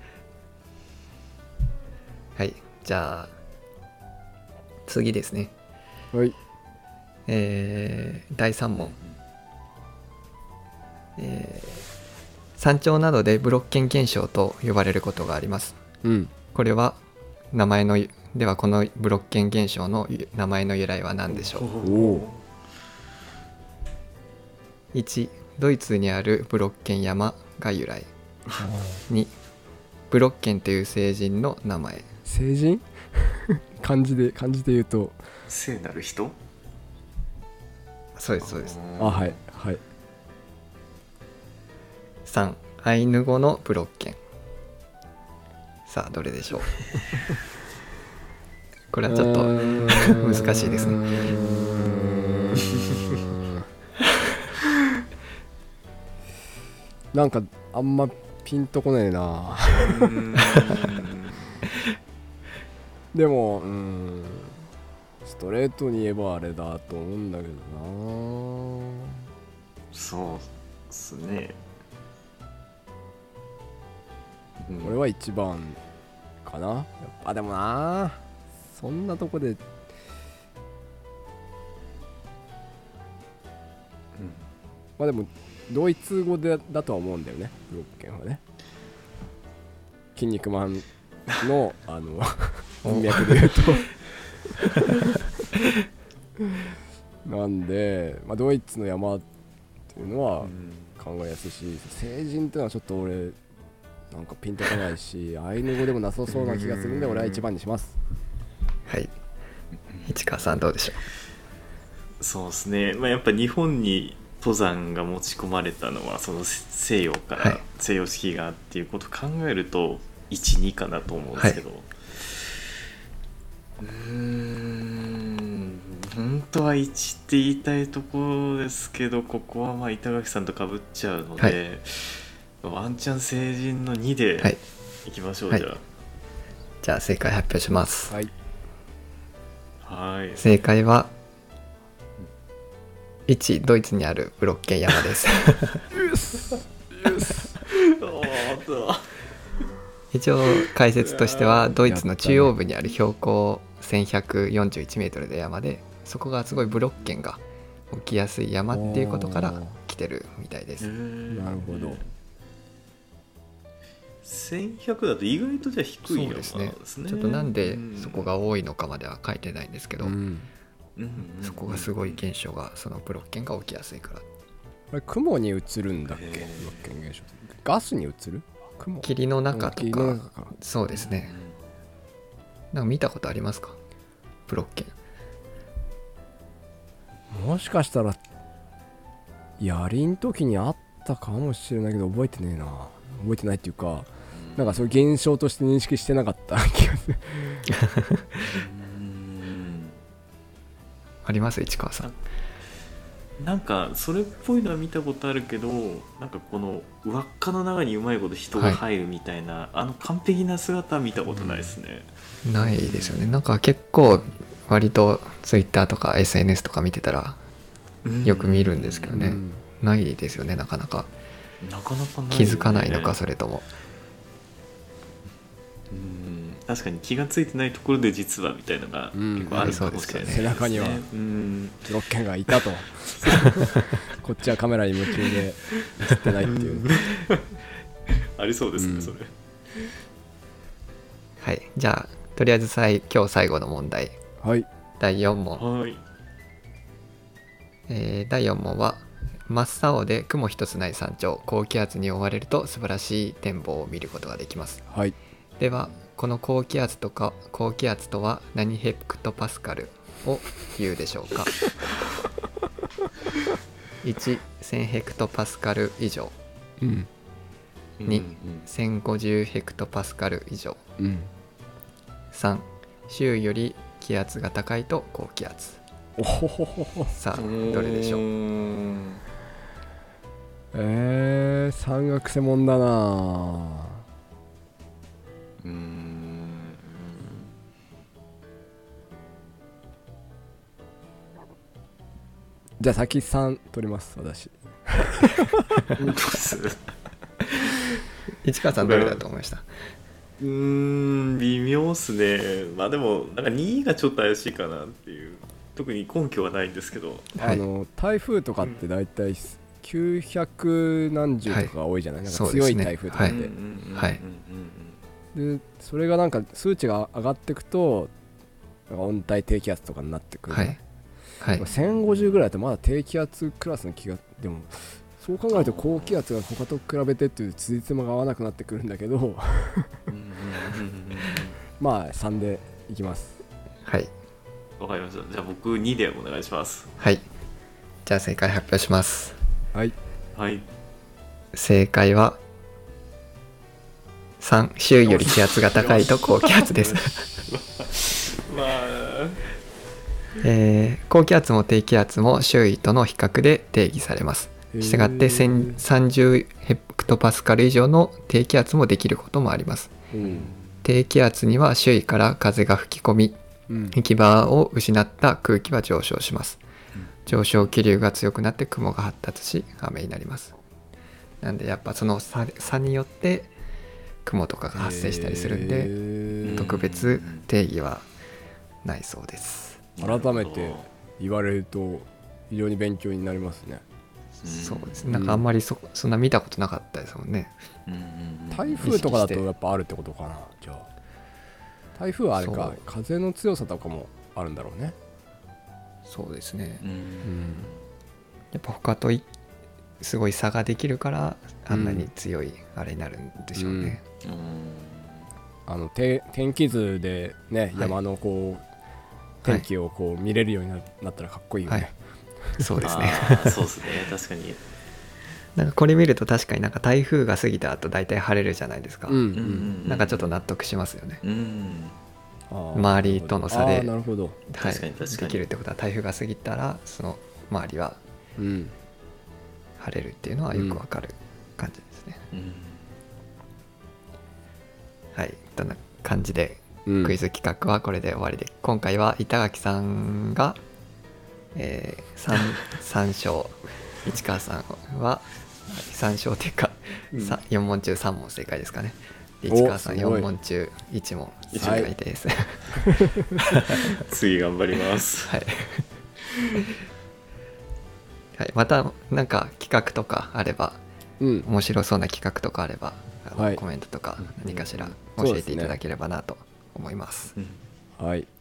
はい、じゃあ次ですね。 はい。 第3問。山頂などでブロッケン現象と呼ばれることがあります。これはこのブロッケン現象の名前の由来は何でしょう。1、ドイツにあるブロッケン山が由来。2、ブロッケンという聖人の名前。 聖人漢字で言うと聖なる人。 そうですはい。 3、アイヌ語のブロッケン。さあどれでしょうこれはちょっと難しいですねなんかあんまピンとこねえなでもストレートに言えばあれだと思うんだけどな。 そうっすね、 俺は1番かな。でもな、そんなとこででもドイツ語だとは思うんだよね、ブロッケンはね。筋肉マンの文脈で言うとなんで、ドイツの山っていうのは考えやすいし、聖人っていうのはちょっと俺なんかピンとこないし、アイヌ語でもなさそうな気がするんで、俺は1番にします。 はい、市川さんどうでしょう。そうですね、やっぱ日本に登山が持ち込まれたのはその西洋から西洋式がっていうことを考えると 1,2 かなと思うんですけど、本当は1って言いたいところですけど、ここは板垣さんとかぶっちゃうので、ワンチャン成人の2でいきましょう。 じゃあ正解発表します。 はい、 正解は1、ドイツにあるブロッケン山です一応解説としては、ドイツの中央部にある標高1141メートルで山で、そこがすごいブロッケンが起きやすい山っていうことから来てるみたいです。 なるほど。 1100だと意外とじゃあ低い山なんですね。 ちょっとなんでそこが多いのかまでは書いてないんですけど、そこがすごい現象が、そのプロッケンが起きやすいから。 あれ雲に映るんだっけ、プロッケン現象。ガスに映る？雲？ 霧の中とか。そうですね。なんか見たことありますか、プロッケン？もしかしたら槍ん時にあったかもしれないけど覚えてねえな。覚えてないっていうか、なんかそういう現象として認識してなかった気がする。 あります？市川さん。 なんかそれっぽいのは見たことあるけど、なんかこの輪っかの中にうまいこと人が入るみたいな、完璧な姿は見たことないですね。 ないですよね。なんか結構割とツイッターとか SNS とか見てたらよく見るんですけどね、ないですよね、なかなか。 なかなかないよね。 気づかないのか、それとも。 確かに気がついてないところで実はみたいなのが結構あるかもしれないですね。 背中にはプロッケンがいたと。こっちはカメラに夢中で映ってないっていう。 ありそうですね、それ。 はい、じゃあとりあえず今日最後の問題、 はい、 第4問。 はい。 第4問は、真っ青で雲一つない山頂、高気圧に覆われると素晴らしい展望を見ることができます。 はい、 ではこの高気圧とは何ヘクトパスカルを言うでしょうか。1、1000ヘクトパスカル以上、2、1050ヘクトパスカル以上、3、周囲より気圧が高いと高気圧。さあどれでしょう。 山岳専門だな。じゃあ先3取ります、私。 市川さんどれだと思いました？ 微妙っすね。まあでもなんか2位がちょっと怪しいかなっていう。特に根拠はないんですけど、 台風とかって大体900何十とかが多いじゃない、なんか強い台風とかって。でそれがなんか数値が上がっていくとなんか温帯低気圧とかになってくる、1050ぐらいだとまだ低気圧クラスの気が。でもそう考えると高気圧が他と比べてっていうつじつまが合わなくなってくるんだけどまあ3でいきます。 はい、 わかりました。じゃあ僕2でお願いします。 はい、じゃあ正解発表します。 はい、 はい、 正解は3、周囲より気圧が高いと高気圧です。 まあ高気圧も低気圧も周囲との比較で定義されます。したがって1030ヘクトパスカル以上の低気圧もできることもあります。低気圧には周囲から風が吹き込み、行き場を失った空気は上昇します。上昇気流が強くなって雲が発達し雨になります。なんでやっぱその差によって雲とかが発生したりするんで、特別定義はないそうです。 改めて言われると非常に勉強になりますね。 そうですね。なんかあんまりそんな見たことなかったですもんね。 台風とかだとやっぱあるってことかな。じゃあ台風はあれか、風の強さとかもあるんだろうね。 そうですね。やっぱ他とすごい差ができるからあんなに強いあれになるんでしょうね。 天気図でね、山のこう天気をこう見れるようになったらかっこいいよね。 そうですね。 そうですね、確かに。 なんかこれ見ると確かになんか台風が過ぎた後大体晴れるじゃないですか。なんかちょっと納得しますよね。周りとの差でできるってことは、台風が過ぎたらその周りは晴れるっていうのはよくわかる感じですね。はい、どんな感じでクイズ企画はこれで終わりで、今回は板垣さんが、3勝、市川さんは3勝というか、4問中3問正解ですかね。市川さん4問中1問正解です。 次頑張ります。 はい。 はい、またなんか企画とかあれば、面白そうな企画とかあればコメントとか何かしら教えていただければなと思います。 はい。